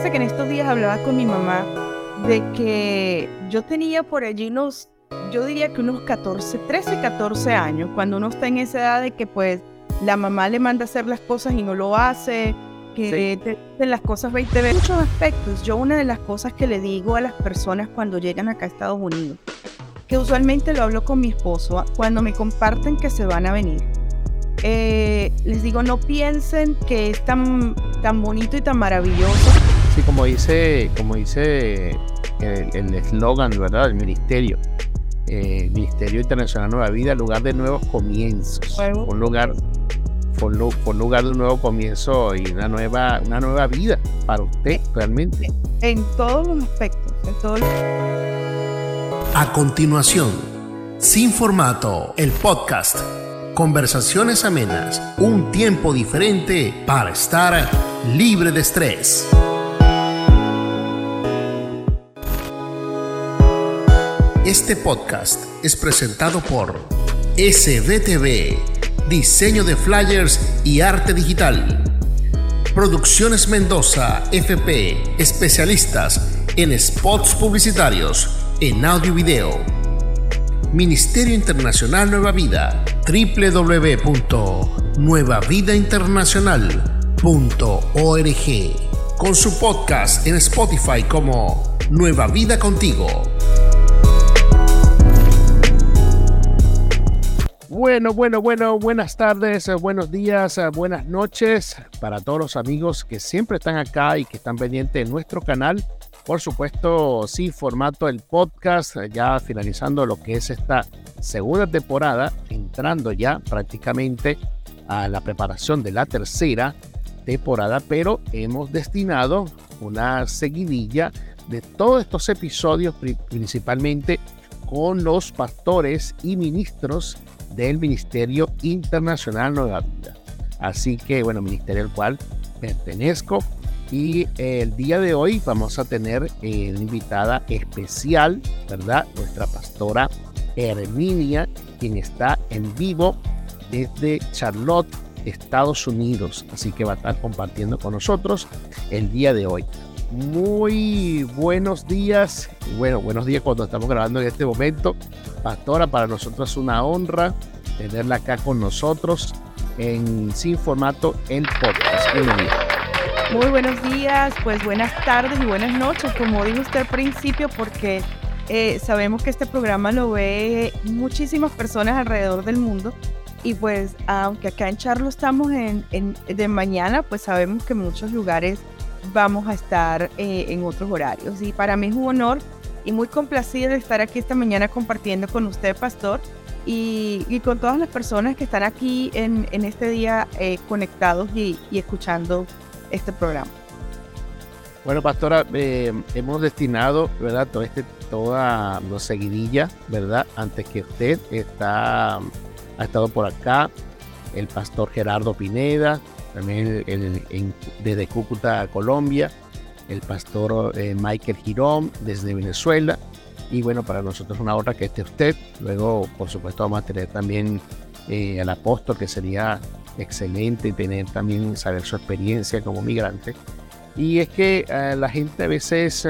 Fíjese que en estos días hablaba con mi mamá de que yo tenía por allí yo diría que unos 13, 14 años, cuando uno está en esa edad de que pues la mamá le manda a hacer las cosas y no lo hace, que te dicen las cosas 20 veces. Muchos aspectos. Yo una de las cosas que le digo a las personas cuando llegan acá a Estados Unidos, que usualmente lo hablo con mi esposo, cuando me comparten que se van a venir, les digo, no piensen que es tan bonito y tan maravilloso. Sí, como dice el eslogan, ¿verdad? El ministerio. Ministerio Internacional Nueva Vida, lugar de nuevos comienzos. Un lugar de un nuevo comienzo y una nueva vida para usted, realmente. En todos los aspectos. A continuación, Sin Formato, el podcast. Conversaciones amenas, un tiempo diferente para estar libre de estrés. Este podcast es presentado por SBTV, diseño de flyers y arte digital. Producciones Mendoza, FP, especialistas en spots publicitarios, en audio y video. Ministerio Internacional Nueva Vida, www.nuevavidainternacional.org, con su podcast en Spotify como Nueva Vida Contigo. Bueno, buenas tardes, buenos días, buenas noches para todos los amigos que siempre están acá y que están pendientes de nuestro canal. Por supuesto, Sin Formato, el podcast, ya finalizando lo que es esta segunda temporada, entrando ya prácticamente a la preparación de la tercera temporada, pero hemos destinado una seguidilla de todos estos episodios, principalmente con los pastores y ministros del Ministerio Internacional Nueva Vida. Así que, ministerio al cual pertenezco. Y el día de hoy vamos a tener una invitada especial, ¿verdad? Nuestra pastora Herminia, quien está en vivo desde Charlotte, Estados Unidos. Así que va a estar compartiendo con nosotros el día de hoy. Muy buenos días. Buenos días cuando estamos grabando en este momento. Pastora, para nosotros es una honra tenerla acá con nosotros en Sin Formato, el podcast. Bienvenida. Muy buenos días, pues buenas tardes y buenas noches, como dijo usted al principio, porque sabemos que este programa lo ve muchísimas personas alrededor del mundo y pues aunque acá en Charlo estamos de mañana, pues sabemos que en muchos lugares vamos a estar en otros horarios. Y para mí es un honor y muy complacida de estar aquí esta mañana compartiendo con usted, pastor, y con todas las personas que están aquí en este día conectados y escuchando este programa. Bueno, pastora, hemos destinado, ¿verdad? Toda la seguidilla, ¿verdad? Antes que usted ha estado por acá, el pastor Gerardo Pineda, también desde Cúcuta, Colombia, el pastor Michael Girón desde Venezuela. Y bueno, para nosotros es una honra que esté usted. Luego, por supuesto, vamos a tener también al apóstol, que sería excelente tener también, saber su experiencia como migrante. Y es que la gente a veces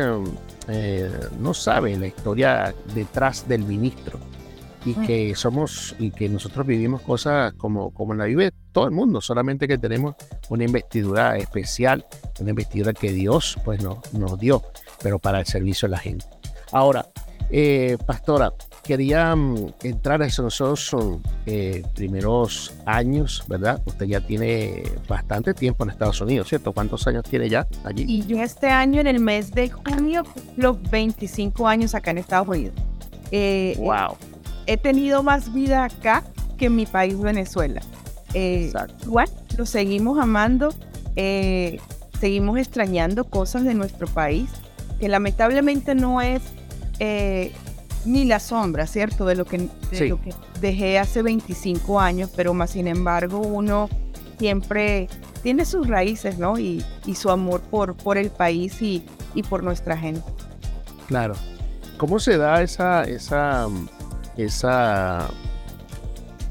no sabe la historia detrás del ministro y que nosotros vivimos cosas como la vive todo el mundo, solamente que tenemos una investidura especial, una investidura que Dios pues nos dio, pero para el servicio de la gente. Ahora, pastora, quería entrar a esos primeros años, ¿verdad? Usted ya tiene bastante tiempo en Estados Unidos, ¿cierto? ¿Cuántos años tiene ya allí? Y yo este año, en el mes de junio, los 25 años acá en Estados Unidos. ¡Wow! He tenido más vida acá que en mi país, Venezuela. Exacto. Igual, lo seguimos amando, seguimos extrañando cosas de nuestro país, que lamentablemente no es ni la sombra, ¿cierto? De lo que dejé hace 25 años, pero más sin embargo uno siempre tiene sus raíces, ¿no? Y su amor por el país y por nuestra gente. Claro. ¿Cómo se da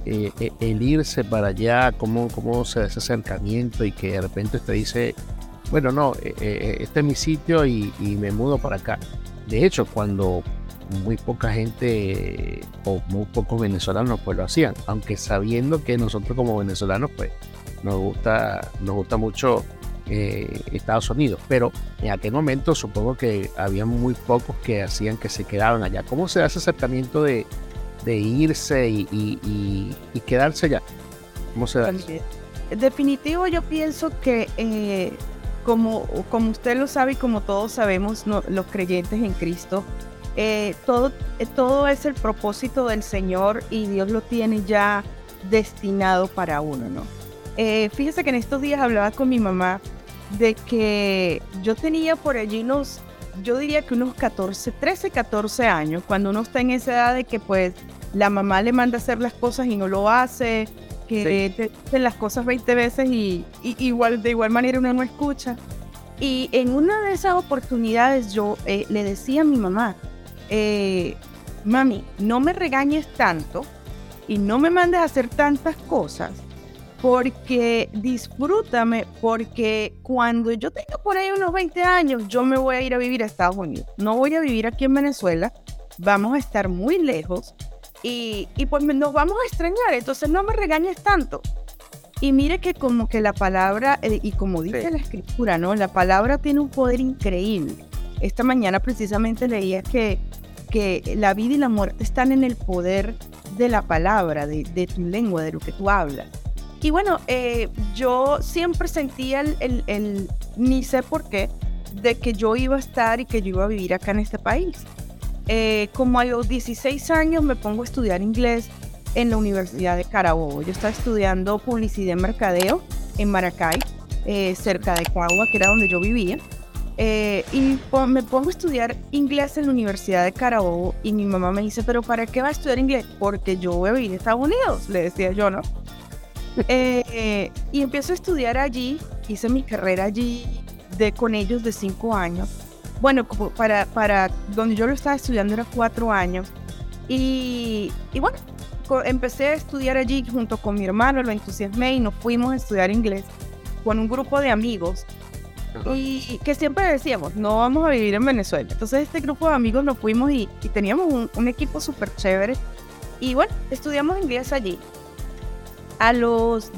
el irse para allá? ¿Cómo se da ese acercamiento y que de repente usted dice, bueno, no, este es mi sitio y me mudo para acá. De hecho, cuando muy poca gente o muy pocos venezolanos pues lo hacían, aunque sabiendo que nosotros como venezolanos pues nos gusta mucho Estados Unidos, pero en aquel momento supongo que había muy pocos que hacían que se quedaban allá. ¿Cómo se hace ese acercamiento de irse y quedarse allá? ¿Cómo se da eso? Definitivo, yo pienso que como usted lo sabe y como todos sabemos, los creyentes en Cristo, todo es el propósito del Señor y Dios lo tiene ya destinado para uno, ¿no? Fíjese que en estos días hablaba con mi mamá de que yo tenía por allí yo diría que unos 13, 14 años, cuando uno está en esa edad de que pues la mamá le manda a hacer las cosas y no lo hace, que te dicen las cosas 20 veces y de igual manera uno no escucha. Y en una de esas oportunidades yo le decía a mi mamá, mami, no me regañes tanto y no me mandes a hacer tantas cosas, porque disfrútame, porque cuando yo tenga por ahí unos 20 años, yo me voy a ir a vivir a Estados Unidos. No voy a vivir aquí en Venezuela, vamos a estar muy lejos y pues nos vamos a extrañar, entonces no me regañes tanto. Y mire que como que la palabra, y como dice la escritura, ¿no? La palabra tiene un poder increíble. Esta mañana precisamente leía que la vida y la muerte están en el poder de la palabra, de tu lengua, de lo que tú hablas. Y bueno, yo siempre sentía ni sé por qué, de que yo iba a estar y que yo iba a vivir acá en este país. Como a los 16 años me pongo a estudiar inglés en la Universidad de Carabobo. Yo estaba estudiando publicidad y mercadeo en Maracay, cerca de Cagua, que era donde yo vivía. Y me pongo a estudiar inglés en la Universidad de Carabobo y mi mamá me dice, ¿pero para qué vas a estudiar inglés? Porque yo voy a vivir en Estados Unidos, le decía yo, ¿no? Y empiezo a estudiar allí, hice mi carrera allí con ellos de 5 años. Bueno, como para donde yo lo estaba estudiando era 4 años. Y bueno, empecé a estudiar allí junto con mi hermano, lo entusiasmé y nos fuimos a estudiar inglés con un grupo de amigos. Y que siempre decíamos, no vamos a vivir en Venezuela. Entonces este grupo de amigos nos fuimos y teníamos un equipo súper chévere. Y bueno, estudiamos inglés allí. A los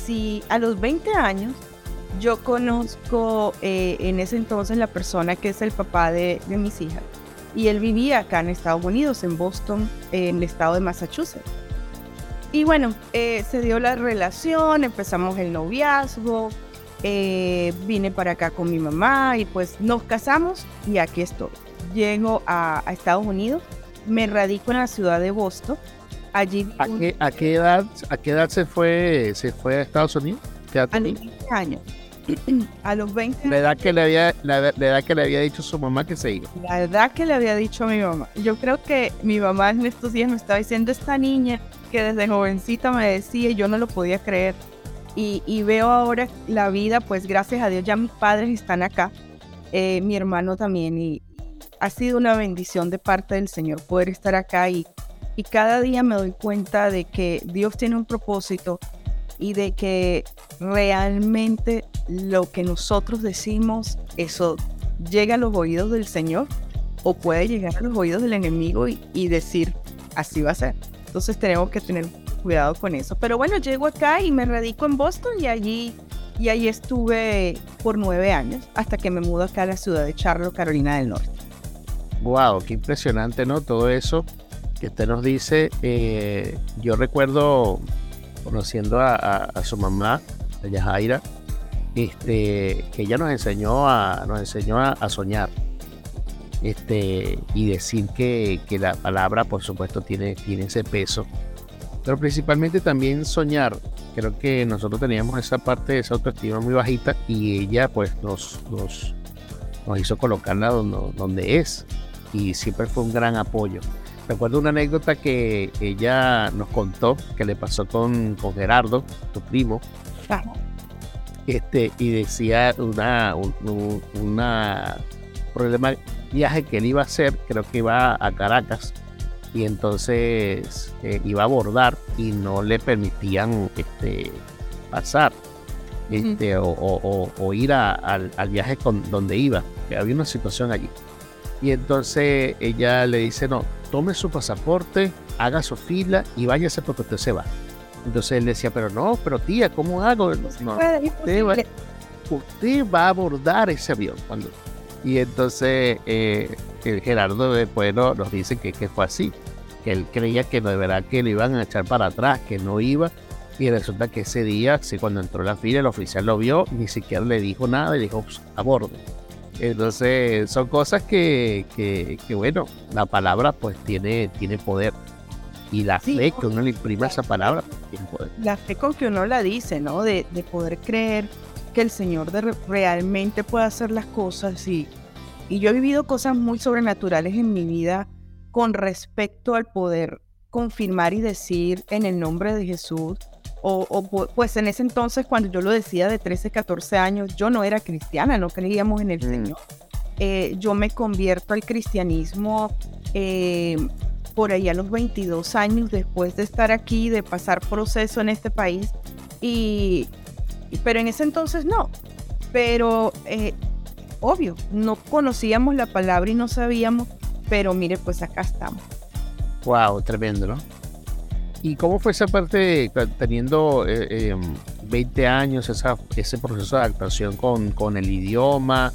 20 años, yo conozco en ese entonces la persona que es el papá de mis hijas. Y él vivía acá en Estados Unidos, en Boston, en el estado de Massachusetts. Y bueno, se dio la relación, empezamos el noviazgo, vine para acá con mi mamá y pues nos casamos y aquí estoy. Llego a Estados Unidos, me radico en la ciudad de Boston. Allí, ¿A qué edad se fue a Estados Unidos? A los 20 años. A los 20 años. La edad que le había dicho su mamá que se iba. La edad que le había dicho a mi mamá. Yo creo que mi mamá en estos días me estaba diciendo, esta niña que desde jovencita me decía y yo no lo podía creer. Y veo ahora la vida, pues gracias a Dios ya mis padres están acá, mi hermano también, y ha sido una bendición de parte del Señor poder estar acá y cada día me doy cuenta de que Dios tiene un propósito y de que realmente lo que nosotros decimos, eso llega a los oídos del Señor o puede llegar a los oídos del enemigo y decir, así va a ser. Entonces tenemos que tener cuidado con eso. Pero bueno, llego acá y me radico en Boston y allí estuve por 9 años hasta que me mudo acá a la ciudad de Charlotte, Carolina del Norte. Wow, qué impresionante, ¿no? Todo eso que usted nos dice. Yo recuerdo conociendo a su mamá, a Yajaira, que ella nos enseñó a soñar. Y decir que la palabra, por supuesto, tiene ese peso, pero principalmente también soñar. Creo que nosotros teníamos esa parte de esa autoestima muy bajita y ella pues nos hizo colocarla donde es, y siempre fue un gran apoyo. Recuerdo una anécdota que ella nos contó que le pasó con Gerardo, tu primo. Y decía una problema viaje que él iba a hacer, creo que iba a Caracas, y entonces iba a abordar y no le permitían pasar. o ir al viaje donde iba, que había una situación allí. Y entonces ella le dice, no, tome su pasaporte, haga su fila y váyase porque usted se va. Entonces él decía, pero tía, ¿cómo hago? No, usted va a abordar ese avión. Y entonces el Gerardo después nos dice que fue así, que él creía que no, de verdad que lo iban a echar para atrás, que no iba. Y resulta que ese día, sí, cuando entró a la fila, el oficial lo vio, ni siquiera le dijo nada, le dijo, aborde. Entonces son cosas que bueno, la palabra pues tiene poder. Y la fe que uno le imprime a esa palabra tiene poder. La fe con que uno la dice, ¿no? De poder creer que el Señor realmente puede hacer las cosas. Y yo he vivido cosas muy sobrenaturales en mi vida con respecto al poder confirmar y decir en el nombre de Jesús. Pues en ese entonces, cuando yo lo decía de 13, 14 años, yo no era cristiana, no creíamos en el Señor. Yo me convierto al cristianismo por ahí a los 22 años, después de estar aquí, de pasar proceso en este país. Pero en ese entonces no. Pero obvio, no conocíamos la palabra y no sabíamos, pero mire, pues acá estamos. Wow, tremendo, ¿no? ¿Y cómo fue esa parte teniendo 20 años, ese proceso de adaptación con el idioma,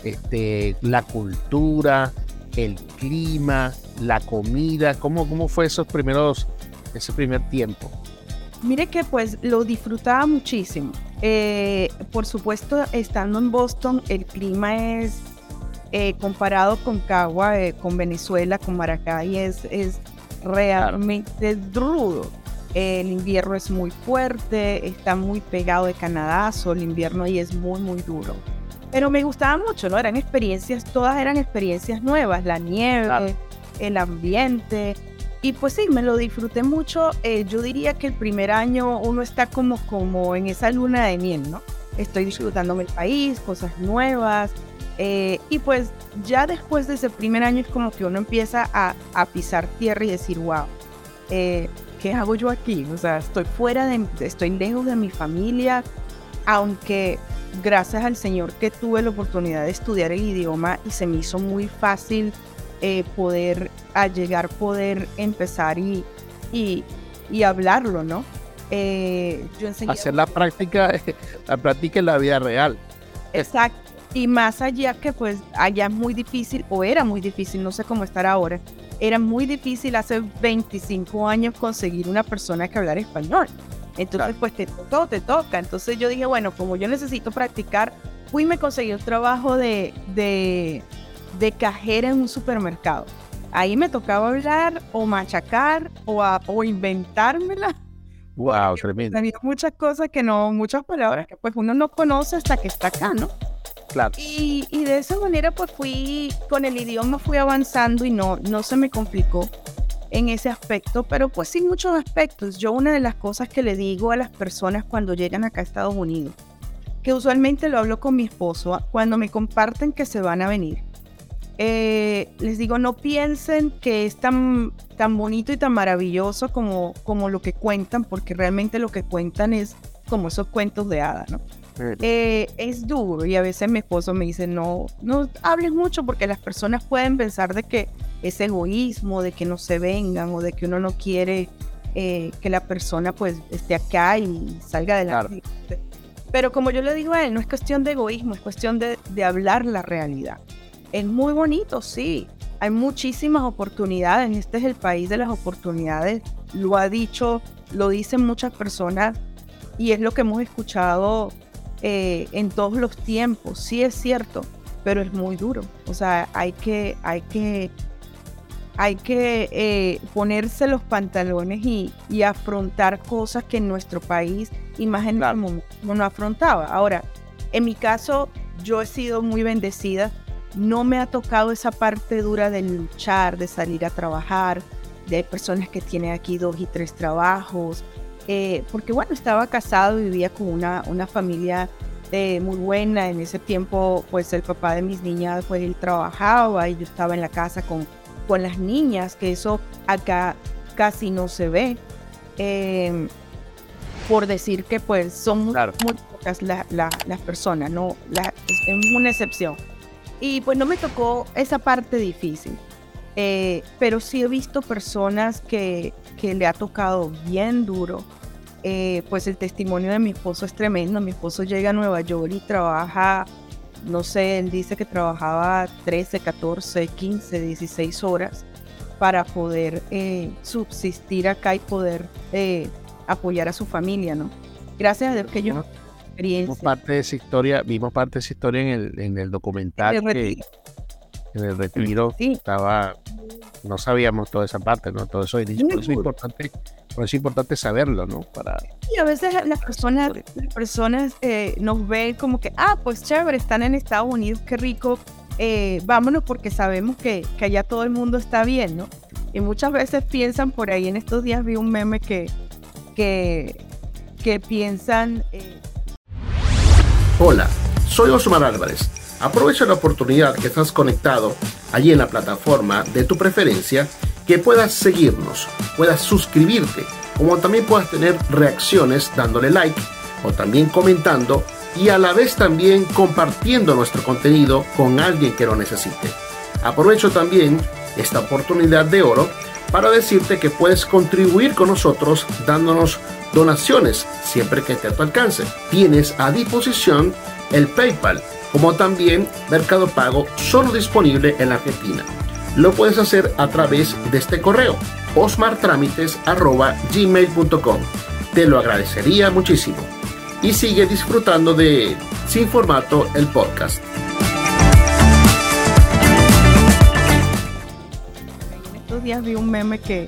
la cultura, el clima, la comida? ¿Cómo fue ese primer tiempo? Mire que pues lo disfrutaba muchísimo. Por supuesto, estando en Boston, el clima es, comparado con Cagua, con Venezuela, con Maracay, es realmente rudo. El invierno es muy fuerte, está muy pegado de Canadá, el invierno ahí es muy, muy duro. Pero me gustaba mucho, ¿no? Todas eran experiencias nuevas, la nieve, el ambiente. Y pues sí, me lo disfruté mucho. Yo diría que el primer año uno está como en esa luna de miel, ¿no? Estoy disfrutándome el país, cosas nuevas. Y pues ya después de ese primer año es como que uno empieza a pisar tierra y decir, wow, ¿qué hago yo aquí? O sea, estoy lejos de mi familia, aunque gracias al Señor que tuve la oportunidad de estudiar el idioma y se me hizo muy fácil poder empezar y hablarlo, ¿no? Yo enseñé hacer la práctica en la vida real. Exacto. Y más allá que pues allá es muy difícil, o era muy difícil, no sé cómo estar ahora, era muy difícil hace 25 años conseguir una persona que hablara español. Entonces pues te toca. Entonces yo dije, bueno, como yo necesito practicar, fui y me conseguí un trabajo de cajera en un supermercado. Ahí me tocaba hablar o machacar o inventármela. Wow, tremendo. Había muchas cosas muchas palabras que pues uno no conoce hasta que está acá, ¿no? Claro. Y de esa manera pues con el idioma fui avanzando y no se me complicó en ese aspecto, pero pues sí muchos aspectos. Yo una de las cosas que le digo a las personas cuando llegan acá a Estados Unidos, que usualmente lo hablo con mi esposo, cuando me comparten que se van a venir, les digo, no piensen que es tan bonito y tan maravilloso como lo que cuentan, porque realmente lo que cuentan es como esos cuentos de hadas, ¿no? Es duro y a veces mi esposo me dice, no hables mucho porque las personas pueden pensar de que es egoísmo, de que no se vengan o de que uno no quiere que la persona pues esté acá y salga adelante. Claro. Pero como yo le digo a él, no es cuestión de egoísmo, es cuestión de hablar la realidad. Es muy bonito, sí. Hay muchísimas oportunidades. Este es el país de las oportunidades. Lo dicen muchas personas y es lo que hemos escuchado en todos los tiempos. Sí es cierto, pero es muy duro. O sea, hay que ponerse los pantalones y afrontar cosas que en nuestro país y más en el momento no afrontaba. Ahora, en mi caso, yo he sido muy bendecida. No me ha tocado esa parte dura de luchar, de salir a trabajar, de personas que tienen aquí 2 y 3 trabajos, porque bueno, estaba casado y vivía con una familia muy buena. En ese tiempo, pues el papá de mis niñas, pues él trabajaba y yo estaba en la casa con las niñas, que eso acá casi no se ve, por decir que pues son muy pocas las personas, no, es una excepción. Y pues no me tocó esa parte difícil, pero sí he visto personas que le ha tocado bien duro. Pues el testimonio de mi esposo es tremendo. Mi esposo llega a Nueva York y trabaja, no sé, él dice que trabajaba 13, 14, 15, 16 horas para poder subsistir acá y poder apoyar a su familia, ¿no? Gracias a Dios que yo experiencia. Vimos parte de esa historia en el documental, en el retiro. Sí. No sabíamos toda esa parte, ¿no? Todo eso, por eso es importante saberlo, ¿no? Y a veces las personas nos ven como que, pues chévere, están en Estados Unidos, qué rico, vámonos porque sabemos que allá todo el mundo está bien, ¿no? Y muchas veces piensan, por ahí en estos días vi un meme que piensan... Hola, soy Osmar Álvarez. Aprovecha la oportunidad que estás conectado allí en la plataforma de tu preferencia, que puedas seguirnos, puedas suscribirte, como también puedas tener reacciones dándole like o también comentando y a la vez también compartiendo nuestro contenido con alguien que lo necesite. Aprovecho también esta oportunidad de oro para decirte que puedes contribuir con nosotros dándonos donaciones siempre que esté a tu alcance. Tienes a disposición el PayPal, como también Mercado Pago, solo disponible en la Argentina. Lo puedes hacer a través de este correo, osmartramites@gmail.com. Te lo agradecería muchísimo. Y sigue disfrutando de Sin Formato, el podcast. En estos días vi un meme que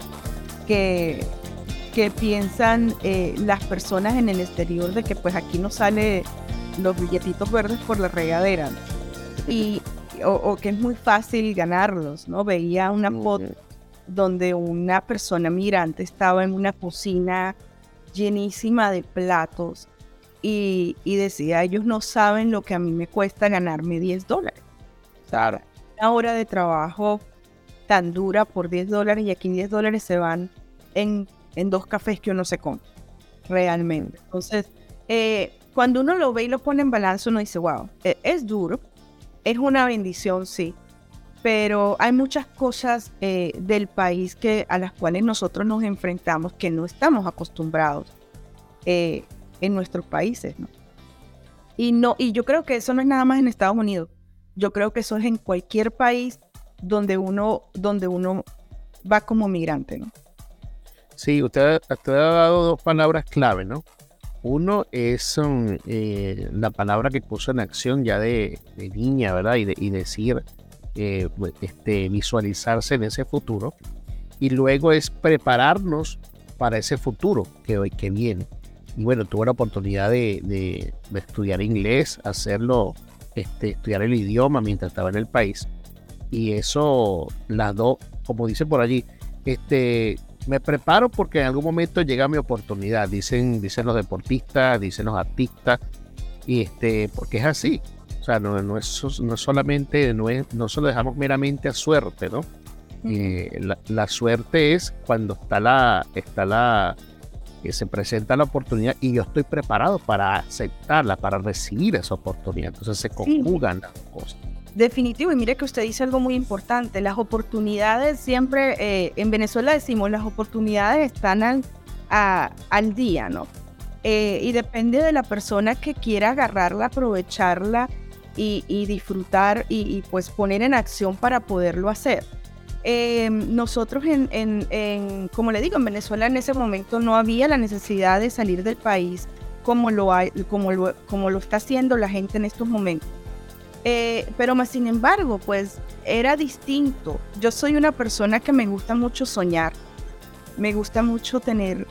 piensan las personas en el exterior de que pues aquí no sale los billetitos verdes por la regadera, ¿no? O que es muy fácil ganarlos, ¿no? Veía una foto donde una persona migrante estaba en una cocina llenísima de platos y decía, ellos no saben lo que a mí me cuesta ganarme $10. Claro. Una hora de trabajo tan dura por $10 y aquí $10 se van en 2 cafés que uno se come, realmente. Entonces, cuando uno lo ve y lo pone en balance, uno dice, wow, es duro, es una bendición, sí, pero hay muchas cosas del país a las cuales nosotros nos enfrentamos que no estamos acostumbrados en nuestros países, ¿no? Y yo creo que eso no es nada más en Estados Unidos. Yo creo que eso es en cualquier país donde uno va como migrante, ¿no? Sí, usted ha dado 2 palabras clave, ¿no? Uno es la palabra que puso en acción ya de niña, ¿verdad? Y decir, visualizarse en ese futuro. Y luego es prepararnos para ese futuro que viene. Y bueno, tuve la oportunidad de estudiar inglés, estudiar el idioma mientras estaba en el país. Y eso, las dos, como dice por allí, me preparo porque en algún momento llega mi oportunidad, dicen los deportistas, dicen los artistas, y porque es así. O sea, no es solamente, no se lo dejamos meramente a suerte, ¿no? La suerte es cuando que se presenta la oportunidad y yo estoy preparado para aceptarla, para recibir esa oportunidad. Entonces se conjugan las cosas. Definitivo, y mire que usted dice algo muy importante, las oportunidades siempre, en Venezuela decimos, las oportunidades están al día, ¿no? Y depende de la persona que quiera agarrarla, aprovecharla y disfrutar y pues poner en acción para poderlo hacer. Nosotros como le digo, en Venezuela en ese momento no había la necesidad de salir del país como lo está haciendo la gente en estos momentos. Pero más sin embargo, pues era distinto. Yo soy una persona que me gusta mucho soñar, me gusta mucho tener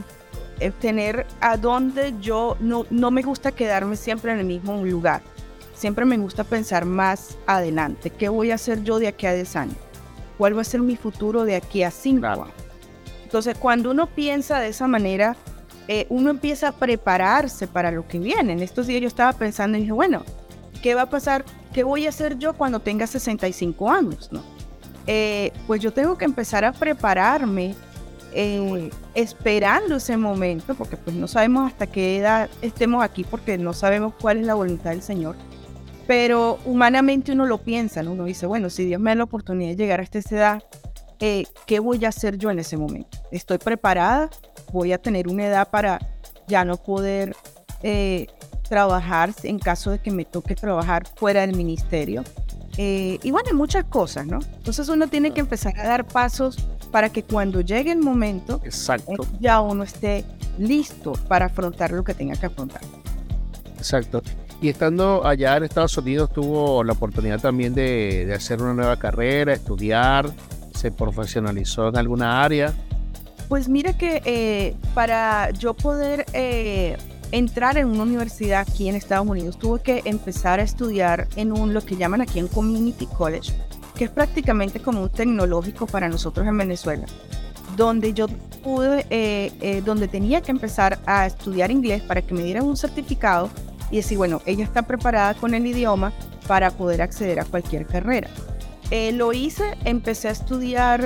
a donde yo no me gusta quedarme siempre en el mismo lugar. Siempre me gusta pensar más adelante. ¿Qué voy a hacer yo de aquí a 10 años? ¿Cuál va a ser mi futuro de aquí a 5 años? Entonces, cuando uno piensa de esa manera, uno empieza a prepararse para lo que viene. En estos días yo estaba pensando y dije, bueno, ¿qué va a pasar? ¿Qué voy a hacer yo cuando tenga 65 años? ¿No? Pues yo tengo que empezar a prepararme esperando ese momento, porque pues no sabemos hasta qué edad estemos aquí, porque no sabemos cuál es la voluntad del Señor. Pero humanamente uno lo piensa, ¿no? Uno dice, bueno, si Dios me da la oportunidad de llegar hasta esa edad, ¿qué voy a hacer yo en ese momento? ¿Estoy preparada? ¿Voy a tener una edad para ya no poder trabajar en caso de que me toque trabajar fuera del ministerio? Y bueno, hay muchas cosas, ¿no? Entonces uno tiene que empezar a dar pasos para que cuando llegue el momento, Exacto. Ya uno esté listo para afrontar lo que tenga que afrontar. Exacto. Y estando allá en Estados Unidos, tuvo la oportunidad también de hacer una nueva carrera, estudiar, se profesionalizó en alguna área. Pues mira que para yo poder entrar en una universidad aquí en Estados Unidos, tuve que empezar a estudiar en lo que llaman aquí en Community College, que es prácticamente como un tecnológico para nosotros en Venezuela, donde yo donde tenía que empezar a estudiar inglés para que me dieran un certificado y decir, bueno, ella está preparada con el idioma para poder acceder a cualquier carrera. Lo hice, empecé a estudiar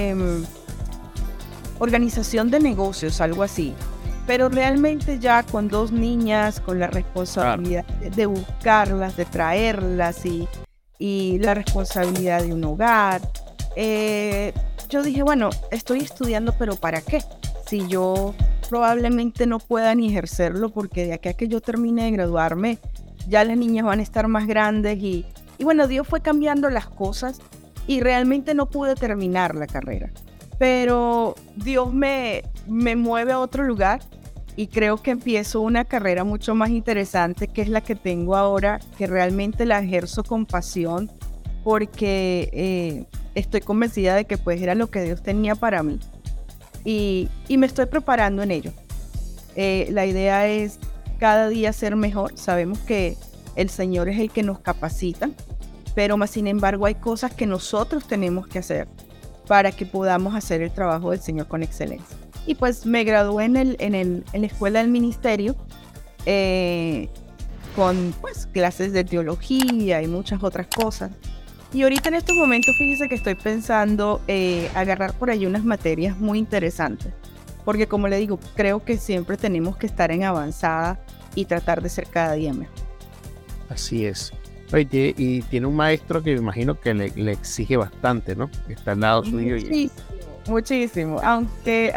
organización de negocios, algo así, pero realmente ya con 2 niñas, con la responsabilidad de buscarlas, de traerlas y la responsabilidad de un hogar, yo dije, bueno, estoy estudiando, pero ¿para qué? Si yo probablemente no pueda ni ejercerlo, porque de aquí a que yo termine de graduarme, ya las niñas van a estar más grandes y bueno, Dios fue cambiando las cosas y realmente no pude terminar la carrera. Pero Dios me mueve a otro lugar y creo que empiezo una carrera mucho más interesante, que es la que tengo ahora, que realmente la ejerzo con pasión, porque estoy convencida de que pues era lo que Dios tenía para mí. Y me estoy preparando en ello. La idea es cada día ser mejor. Sabemos que el Señor es el que nos capacita, pero más sin embargo hay cosas que nosotros tenemos que hacer para que podamos hacer el trabajo del Señor con excelencia. Y pues me gradué en la escuela del ministerio con pues clases de teología y muchas otras cosas. Y ahorita en estos momentos, fíjese que estoy pensando agarrar por ahí unas materias muy interesantes. Porque como le digo, creo que siempre tenemos que estar en avanzada y tratar de ser cada día mejor. Así es. Oye, y tiene un maestro que me imagino que le exige bastante, ¿no? Que está al lado suyo. Muchísimo. Aunque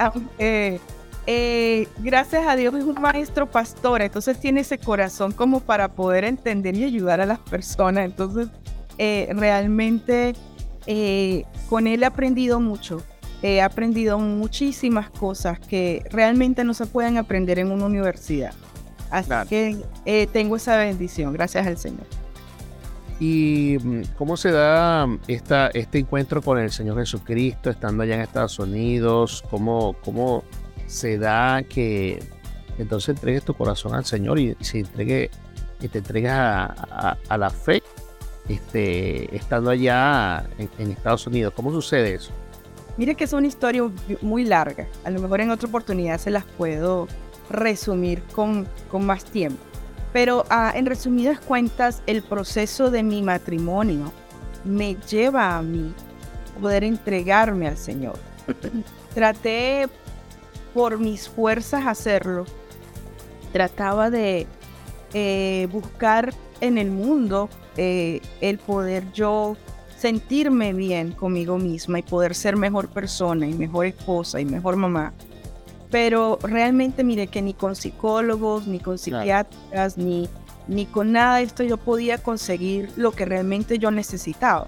gracias a Dios es un maestro pastor, entonces tiene ese corazón como para poder entender y ayudar a las personas. Entonces, realmente con él he aprendido mucho. He aprendido muchísimas cosas que realmente no se pueden aprender en una universidad. Así que tengo esa bendición, gracias al Señor. ¿Y cómo se da este encuentro con el Señor Jesucristo estando allá en Estados Unidos? ¿Cómo se da que entonces entregues tu corazón al Señor y te entregas a la fe estando allá en Estados Unidos? ¿Cómo sucede eso? Mire que es una historia muy larga. A lo mejor en otra oportunidad se las puedo resumir con más tiempo. Pero en resumidas cuentas, el proceso de mi matrimonio me lleva a mí poder entregarme al Señor. Traté por mis fuerzas hacerlo. Trataba de buscar en el mundo el poder yo sentirme bien conmigo misma y poder ser mejor persona y mejor esposa y mejor mamá. Pero realmente mire que ni con psicólogos, ni con psiquiatras, ni con nada de esto yo podía conseguir lo que realmente yo necesitaba.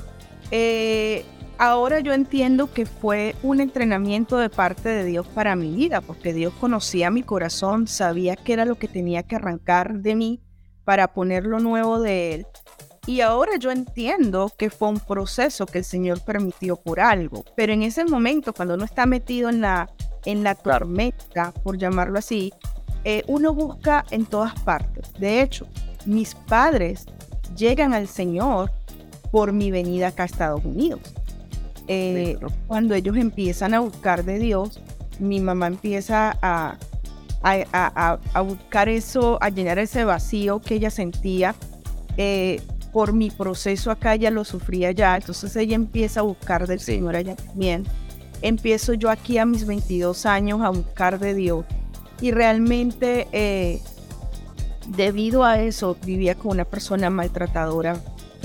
Ahora yo entiendo que fue un entrenamiento de parte de Dios para mi vida, porque Dios conocía mi corazón, sabía qué era lo que tenía que arrancar de mí para poner lo nuevo de Él. Y ahora yo entiendo que fue un proceso que el Señor permitió por algo. Pero en ese momento, cuando uno está metido en la tormenta, por llamarlo así, uno busca en todas partes. De hecho, mis padres llegan al Señor por mi venida acá a Estados Unidos. Cuando ellos empiezan a buscar de Dios, mi mamá empieza a buscar eso, a llenar ese vacío que ella sentía. Por mi proceso acá, ella lo sufría ya, entonces ella empieza a buscar del Señor allá también. empiezo yo aquí a mis 22 años a buscar de Dios. Y realmente, debido a eso, vivía con una persona maltratadora.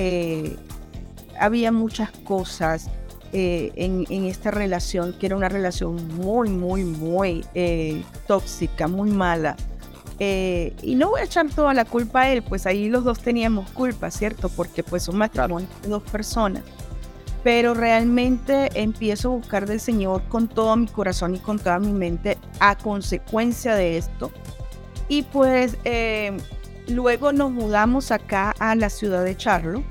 Había muchas cosas en esta relación, que era una relación muy tóxica, muy mala. Y no voy a echar toda la culpa a él, pues ahí los dos teníamos culpa, ¿cierto? Porque pues un matrimonio de dos personas. Pero realmente empiezo a buscar del Señor con todo mi corazón y con toda mi mente a consecuencia de esto. Y pues luego nos mudamos acá a la ciudad de Charlotte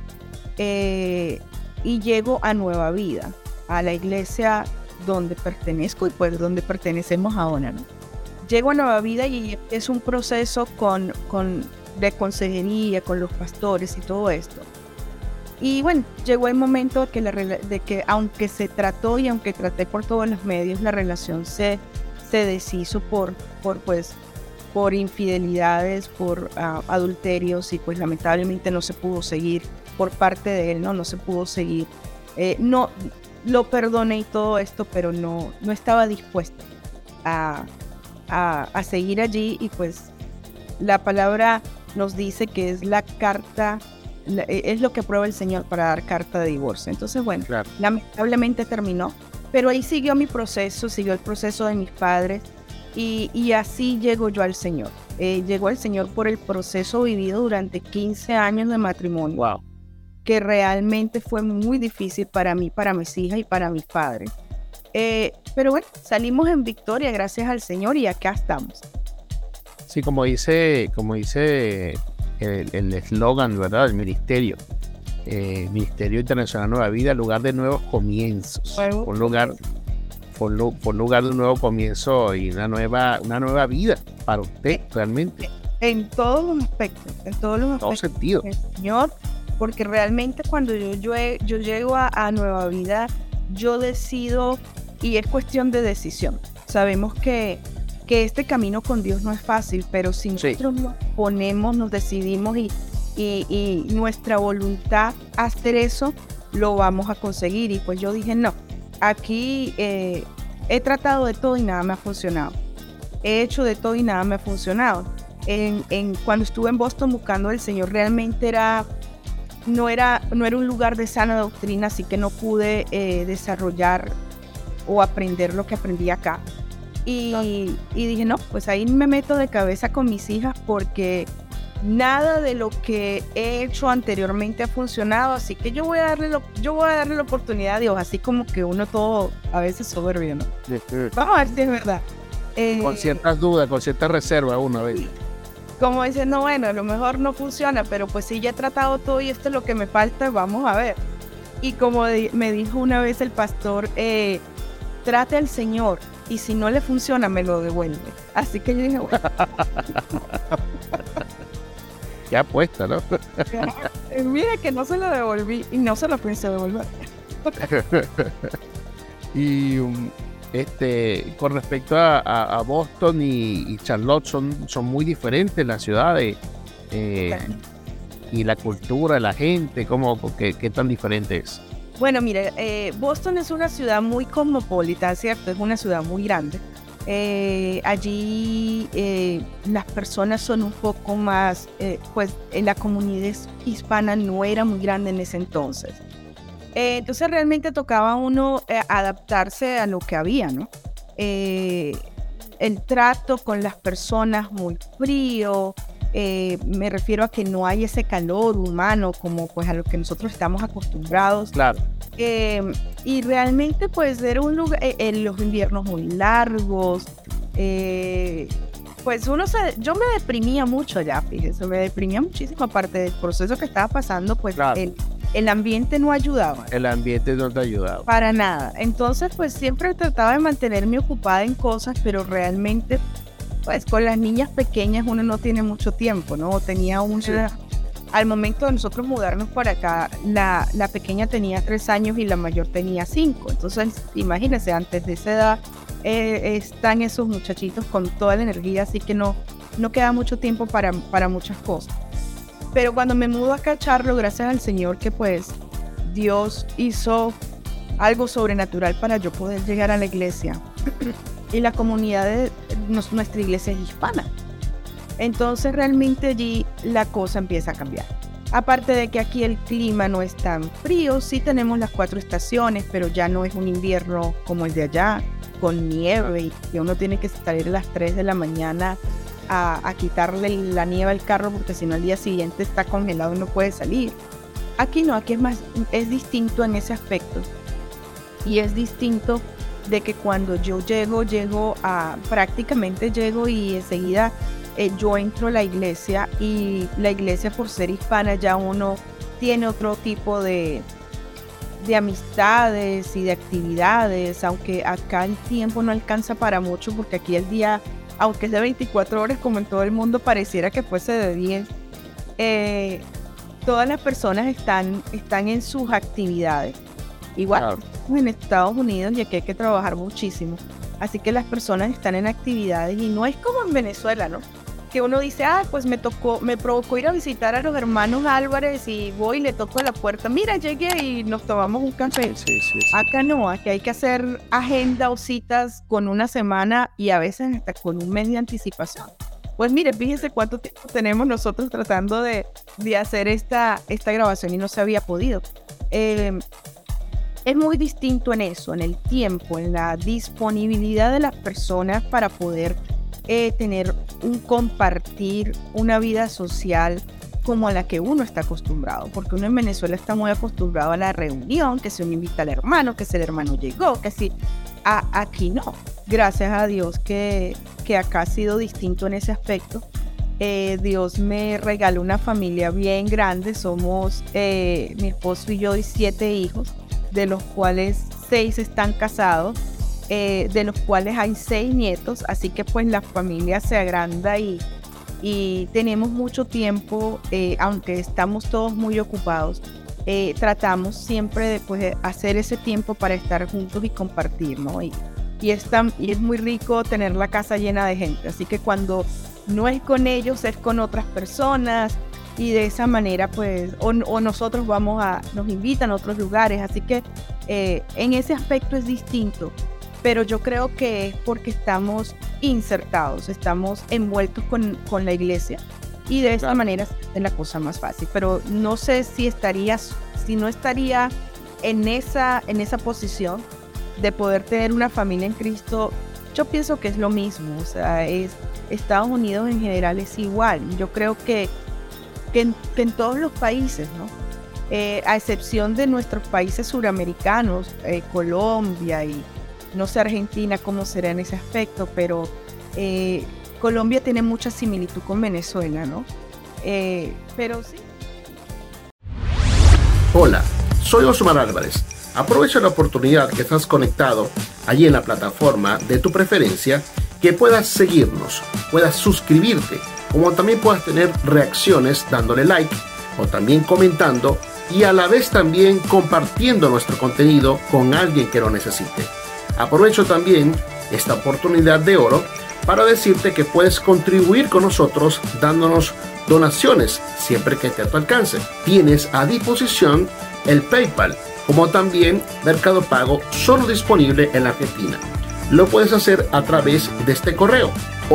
y llego a Nueva Vida, a la iglesia donde pertenezco y pues donde pertenecemos ahora, ¿no? Llego a Nueva Vida y es un proceso de consejería con los pastores y todo esto. Y bueno, llegó el momento de que aunque se trató y aunque traté por todos los medios, la relación se deshizo por infidelidades, por adulterios, y pues lamentablemente no se pudo seguir por parte de él, no se pudo seguir. No lo perdoné y todo esto, pero no estaba dispuesta a seguir allí, y pues la palabra nos dice que es la carta, es lo que aprueba el Señor para dar carta de divorcio. Entonces, bueno, claro, lamentablemente terminó, pero ahí siguió mi proceso, siguió el proceso de mis padres, y así llego yo al Señor. Llegó al Señor por el proceso vivido durante 15 años de matrimonio. Wow. Que realmente fue muy difícil para mí, para mis hijas y para mis padres. Pero bueno, salimos en victoria gracias al Señor y acá estamos. Sí, como dice el eslogan, ¿verdad? El ministerio. Ministerio Internacional Nueva Vida, lugar de nuevos comienzos. Un lugar de un nuevo comienzo y una nueva vida para usted, realmente. En todos los aspectos, en todo sentido. Señor, porque realmente cuando yo llego a Nueva Vida, yo decido, y es cuestión de decisión. Sabemos que este camino con Dios no es fácil, pero si nosotros nos ponemos, nos decidimos y nuestra voluntad hacer eso, lo vamos a conseguir. Y pues yo dije, no, aquí he tratado de todo y nada me ha funcionado. He hecho de todo y nada me ha funcionado. Cuando estuve en Boston buscando al Señor, realmente no era un lugar de sana doctrina, así que no pude desarrollar o aprender lo que aprendí acá. Y dije, no, pues ahí me meto de cabeza con mis hijas, porque nada de lo que he hecho anteriormente ha funcionado, así que yo voy a darle la oportunidad a Dios, así como que uno todo a veces soberbio, ¿no? Vamos a ver si es verdad. Con ciertas dudas, con ciertas reservas uno a veces. Como dicen, no, bueno, a lo mejor no funciona, pero pues sí, ya he tratado todo y esto es lo que me falta, vamos a ver. Y como me dijo una vez el pastor, trate al Señor y si no le funciona, me lo devuelve. Así que yo dije, bueno. Qué apuesta, ¿no? Mira que no se lo devolví y no se lo pensé devolver. Y con respecto a Boston y Charlotte, son muy diferentes las ciudades, y la cultura, la gente, ¿qué tan diferente es? Bueno, mire, Boston es una ciudad muy cosmopolita, ¿cierto? Es una ciudad muy grande. Allí las personas son un poco más, pues la comunidad hispana no era muy grande en ese entonces. Entonces realmente tocaba a uno adaptarse a lo que había, ¿no? El trato con las personas muy frío, me refiero a que no hay ese calor humano como pues a lo que nosotros estamos acostumbrados. Claro. Y realmente pues era un lugar, en los inviernos muy largos, pues yo me deprimía mucho allá, fíjese, me deprimía muchísimo, aparte del proceso que estaba pasando, pues claro. El ambiente no ayudaba. El ambiente no te ayudaba. Para nada. Entonces pues siempre trataba de mantenerme ocupada en cosas, pero realmente pues con las niñas pequeñas uno no tiene mucho tiempo, ¿no? Al momento de nosotros mudarnos para acá, la pequeña tenía 3 años y la mayor tenía 5. Entonces, imagínense, antes de esa edad están esos muchachitos con toda la energía, así que no queda mucho tiempo para muchas cosas. Pero cuando me mudo acá a Charlotte, gracias al Señor que pues Dios hizo algo sobrenatural para yo poder llegar a la iglesia. Y la comunidad de nuestra iglesia es hispana. Entonces realmente allí la cosa empieza a cambiar. Aparte de que aquí el clima no es tan frío, sí tenemos las 4 estaciones, pero ya no es un invierno como el de allá, con nieve, y que uno tiene que salir a las 3 de la mañana a quitarle la nieve al carro, porque si no al día siguiente está congelado y no puede salir. Aquí no, aquí es distinto en ese aspecto. Y es distinto de que cuando yo llego y enseguida yo entro a la iglesia, y la iglesia, por ser hispana, ya uno tiene otro tipo de amistades y de actividades, aunque acá el tiempo no alcanza para mucho, porque aquí el día, aunque es de 24 horas como en todo el mundo, pareciera que fuese de 10. Todas las personas están en sus actividades. Igual, claro, en Estados Unidos, y aquí hay que trabajar muchísimo. Así que las personas están en actividades, y no es como en Venezuela, ¿no? Que uno dice, pues me provocó ir a visitar a los hermanos Álvarez, y voy y le toco la puerta. Mira, llegué y nos tomamos un café. Sí. Acá no, aquí hay que hacer agenda o citas con una semana y a veces hasta con un mes de anticipación. Pues mire, fíjense cuánto tiempo tenemos nosotros tratando de hacer esta grabación y no se había podido. Es muy distinto en eso, en el tiempo, en la disponibilidad de las personas para poder tener un compartir, una vida social como a la que uno está acostumbrado, porque uno en Venezuela está muy acostumbrado a la reunión, que se uno invita al hermano, que si el hermano llegó, que si... Aquí no, gracias a Dios que acá ha sido distinto en ese aspecto. Dios me regaló una familia bien grande, somos mi esposo y yo y 7 hijos, de los cuales 6 están casados, de los cuales hay 6 nietos, así que pues la familia se agranda y tenemos mucho tiempo, aunque estamos todos muy ocupados. Tratamos siempre de hacer ese tiempo para estar juntos y compartir, ¿no? Y es muy rico tener la casa llena de gente, así que cuando no es con ellos, es con otras personas, y de esa manera pues o nosotros nos invitan a otros lugares, así que en ese aspecto es distinto, pero yo creo que es porque estamos insertados, estamos envueltos con la iglesia, y de esa manera es la cosa más fácil. Pero no sé si no estaría en esa posición de poder tener una familia en Cristo. Yo pienso que es lo mismo, o sea, Estados Unidos en general es igual. Yo creo que en todos los países, ¿no? A excepción de nuestros países suramericanos, Colombia y no sé Argentina cómo será en ese aspecto, pero Colombia tiene mucha similitud con Venezuela, ¿no? Pero sí. Hola, soy Osmar Álvarez. Aprovecha la oportunidad que estás conectado allí en la plataforma de tu preferencia, que puedas seguirnos, puedas suscribirte, como también puedas tener reacciones dándole like o también comentando, y a la vez también compartiendo nuestro contenido con alguien que lo necesite. Aprovecho también esta oportunidad de oro para decirte que puedes contribuir con nosotros dándonos donaciones siempre que esté a tu alcance. Tienes a disposición el PayPal, como también Mercado Pago, solo disponible en la Argentina. Lo puedes hacer a través de este correo,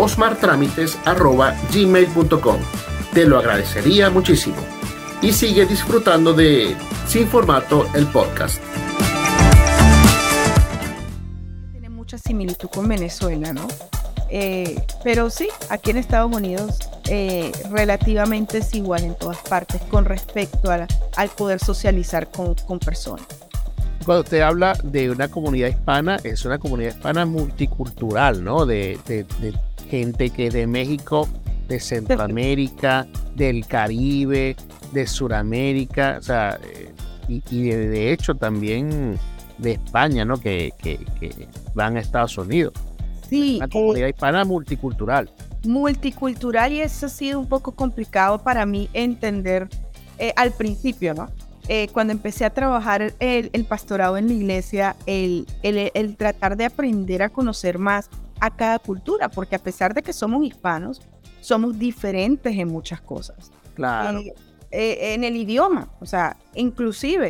osmartramites@gmail.com. Te lo agradecería muchísimo. Y sigue disfrutando de Sin Formato, el podcast. Tiene mucha similitud con Venezuela, ¿no? Pero sí, aquí en Estados Unidos relativamente es igual en todas partes con respecto al poder socializar con personas. Cuando usted habla de una comunidad hispana, es una comunidad hispana multicultural, ¿no? De gente que es de México, de Centroamérica, del Caribe, de Suramérica, o sea, y de hecho también de España, ¿no? Que van a Estados Unidos. Sí, una comunidad hispana multicultural. Multicultural, y eso ha sido un poco complicado para mí entender al principio, ¿no? Cuando empecé a trabajar el pastorado en la iglesia, el tratar de aprender a conocer más a cada cultura, porque a pesar de que somos hispanos, somos diferentes en muchas cosas. Claro. En el idioma, o sea, inclusive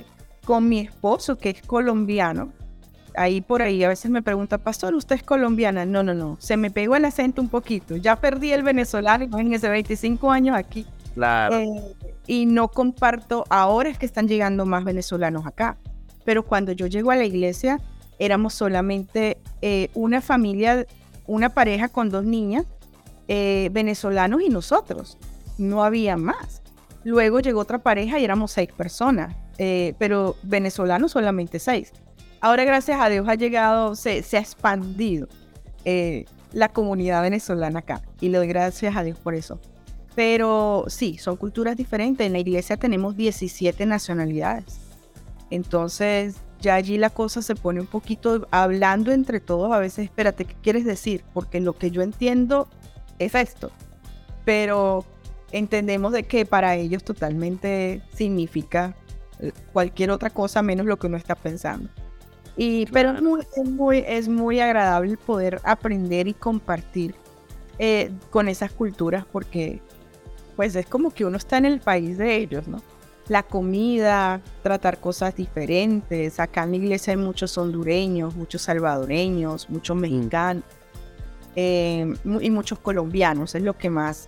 con mi esposo, que es colombiano. Ahí por ahí a veces me pregunta, pastor, ¿usted es colombiana? No, se me pegó el acento un poquito. Ya perdí el venezolano, imagínense, 25 años aquí. Claro. Y no comparto, ahora es que están llegando más venezolanos acá. Pero cuando yo llego a la iglesia, éramos solamente una familia, una pareja con 2 niñas, venezolanos y nosotros. No había más. Luego llegó otra pareja y éramos 6 personas, pero venezolanos solamente 6. Ahora, gracias a Dios, ha llegado, se ha expandido la comunidad venezolana acá. Y le doy gracias a Dios por eso. Pero sí, son culturas diferentes. En la iglesia tenemos 17 nacionalidades. Entonces, ya allí la cosa se pone un poquito, hablando entre todos, a veces, espérate, ¿qué quieres decir? Porque lo que yo entiendo es esto. Pero entendemos de que para ellos totalmente significa cualquier otra cosa menos lo que uno está pensando. Pero es muy agradable poder aprender y compartir con esas culturas, porque pues es como que uno está en el país de ellos, ¿no? La comida, tratar cosas diferentes. Acá en la iglesia hay muchos hondureños, muchos salvadoreños, muchos mexicanos y muchos colombianos. Es lo que más,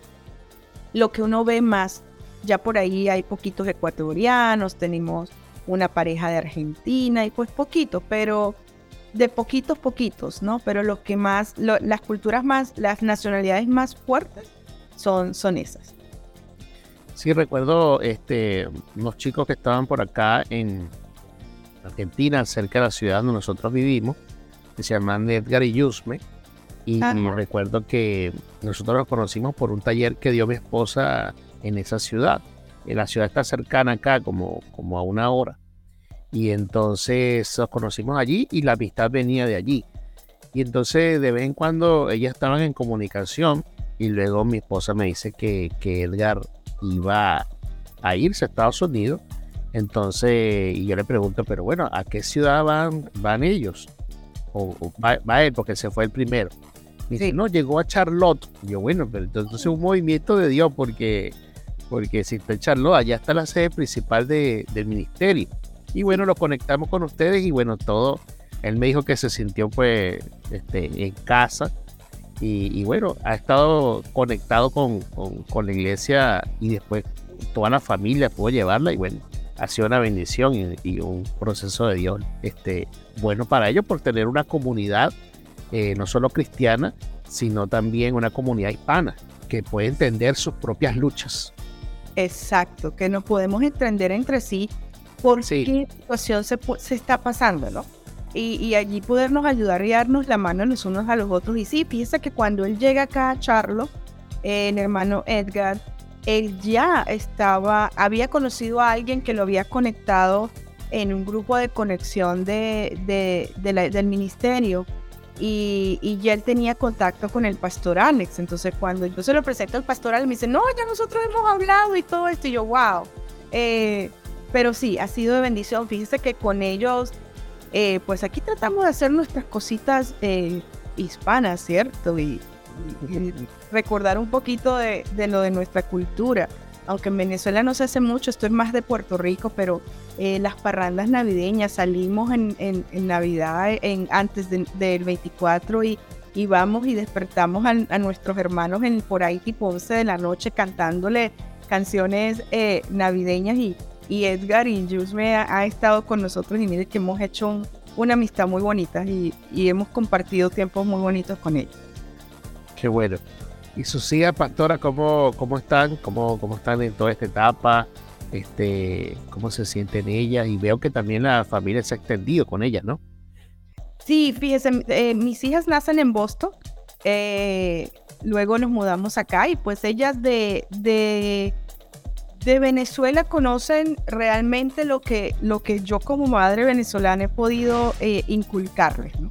lo que uno ve más. Ya por ahí hay poquitos ecuatorianos, tenemos una pareja de Argentina y pues poquitos, pero de poquitos, ¿no? Pero los que más, las culturas más, las nacionalidades más fuertes son esas. Sí, recuerdo unos chicos que estaban por acá en Argentina, cerca de la ciudad donde nosotros vivimos, que se llaman Edgar y Yusme, y recuerdo que nosotros los conocimos por un taller que dio mi esposa en esa ciudad. La ciudad está cercana acá, como a 1 hora. Y entonces nos conocimos allí y la amistad venía de allí. Y entonces de vez en cuando ellas estaban en comunicación y luego mi esposa me dice que Edgar iba a irse a Estados Unidos. Entonces, y yo le pregunto, pero bueno, ¿a qué ciudad van ellos? O va él, porque se fue el primero. Me dice, no, llegó a Charlotte. Y yo, bueno, pero entonces es un movimiento de Dios, porque si está en Charlotte, allá está la sede principal del ministerio. Y bueno, lo conectamos con ustedes y bueno, todo. Él me dijo que se sintió pues en casa y bueno, ha estado conectado con la iglesia y después toda la familia pudo llevarla y bueno, ha sido una bendición y un proceso de Dios bueno para ellos por tener una comunidad no solo cristiana, sino también una comunidad hispana que puede entender sus propias luchas. Exacto, que nos podemos entender entre sí por qué situación se está pasando, ¿no? Y allí podernos ayudar y darnos la mano los unos a los otros. Y sí, fíjese que cuando él llega acá a Charlotte, el hermano Edgar, él ya había conocido a alguien que lo había conectado en un grupo de conexión del ministerio. Y ya él tenía contacto con el pastor Alex. Entonces cuando yo se lo presento al pastor Alex, me dice, no, ya nosotros hemos hablado y todo esto. Y yo, wow. Pero sí, ha sido de bendición. Fíjense que con ellos, pues aquí tratamos de hacer nuestras cositas hispanas, ¿cierto? Y recordar un poquito de lo de nuestra cultura. Aunque en Venezuela no se hace mucho, esto es más de Puerto Rico, pero las parrandas navideñas, salimos en Navidad, antes del 24 y vamos y despertamos a nuestros hermanos por ahí tipo 11 de la noche cantándole canciones navideñas y Edgar y Yusme ha estado con nosotros y mire que hemos hecho una amistad muy bonita y hemos compartido tiempos muy bonitos con ellos. Qué bueno. Y sus hijas, pastora, ¿cómo están? ¿Cómo están en toda esta etapa? ¿Cómo se sienten ellas? Y veo que también la familia se ha extendido con ellas, ¿no? Sí, fíjese, mis hijas nacen en Boston. Luego nos mudamos acá y pues ellas de Venezuela conocen realmente lo que yo como madre venezolana he podido inculcarles, ¿no?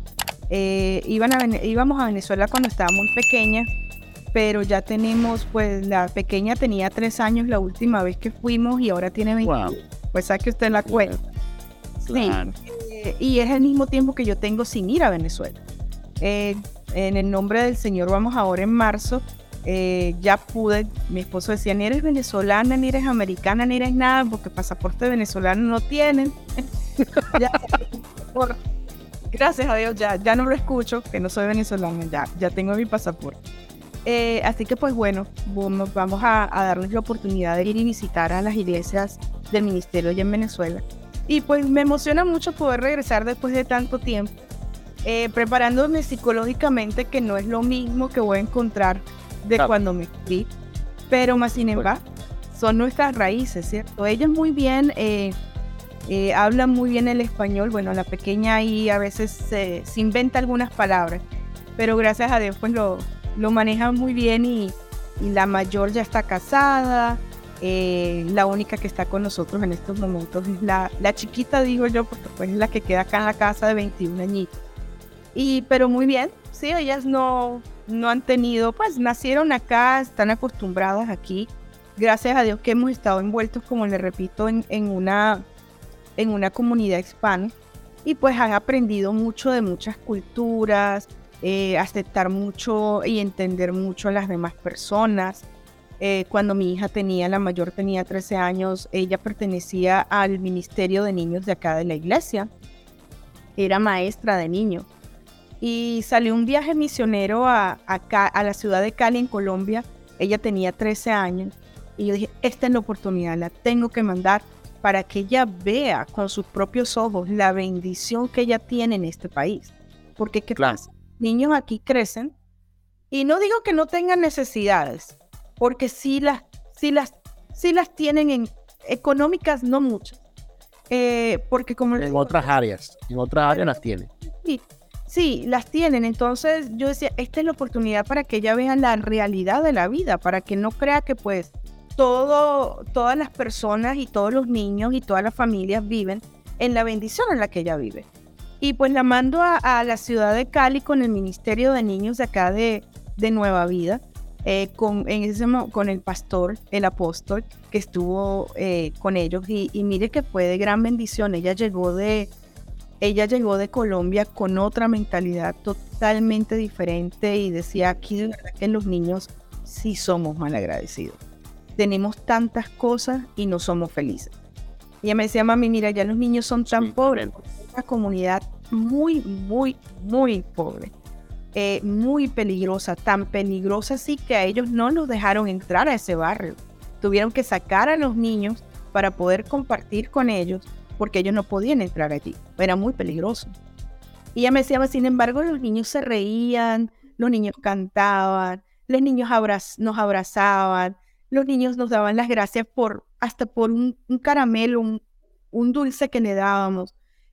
Íbamos a Venezuela cuando estaba muy pequeña, pero ya tenemos, pues la pequeña tenía 3 años la última vez que fuimos y ahora tiene 20. Wow. Pues saque usted la cuenta. Claro. Sí, y es el mismo tiempo que yo tengo sin ir a Venezuela. En el nombre del Señor vamos ahora en marzo ya pude, mi esposo decía, ni eres venezolana, ni eres americana, ni eres nada, porque pasaporte venezolano no tienen. Ya, gracias a Dios, ya no lo escucho, que no soy venezolana, ya tengo mi pasaporte. Así que pues bueno, vamos a darles la oportunidad de ir y visitar a las iglesias del ministerio allá en Venezuela. Y pues me emociona mucho poder regresar después de tanto tiempo, preparándome psicológicamente, que no es lo mismo que voy a encontrar de cuando me fui, pero más sin embargo, son nuestras raíces, ¿cierto? Ellos muy bien, hablan muy bien el español. Bueno, la pequeña ahí a veces se inventa algunas palabras, pero gracias a Dios pues lo manejan muy bien, y la mayor ya está casada. La única que está con nosotros en estos momentos es la chiquita, digo yo, porque pues es la que queda acá en la casa de 21 añitos. Pero muy bien, sí, ellas no han tenido, pues nacieron acá, están acostumbradas aquí. Gracias a Dios que hemos estado envueltos, como le repito, en una comunidad hispana, y pues han aprendido mucho de muchas culturas, aceptar mucho y entender mucho a las demás personas. Cuando mi hija la mayor tenía 13 años, ella pertenecía al ministerio de niños de acá de la iglesia, era maestra de niños, y salió un viaje misionero a la ciudad de Cali, en Colombia. Ella tenía 13 años, y yo dije, esta es la oportunidad, la tengo que mandar para que ella vea con sus propios ojos la bendición que ella tiene en este país. Porque ¿qué pasa? Niños aquí crecen, y no digo que no tengan necesidades, porque sí las tienen, económicas no muchas, porque como en otras áreas las tienen. Sí, las tienen. Entonces yo decía, esta es la oportunidad para que ella vea la realidad de la vida, para que no crea que pues todas las personas y todos los niños y todas las familias viven en la bendición en la que ella vive. Y pues la mando a la ciudad de Cali con el ministerio de niños de acá de Nueva Vida, con el pastor, el apóstol, que estuvo con ellos, y mire que fue de gran bendición. Ella llegó de Colombia con otra mentalidad totalmente diferente, y decía, aquí de verdad que los niños sí somos malagradecidos. Tenemos tantas cosas y no somos felices. Y ella me decía, mami, mira, ya los niños son tan pobres, una comunidad muy, muy, muy pobre. Muy peligrosa, tan peligrosa así que a ellos no los dejaron entrar a ese barrio. Tuvieron que sacar a los niños para poder compartir con ellos, porque ellos no podían entrar allí, era muy peligroso. Y ella me decía, sin embargo, los niños se reían, los niños cantaban, los niños nos abrazaban, los niños nos daban las gracias hasta por un caramelo, un dulce que le dábamos.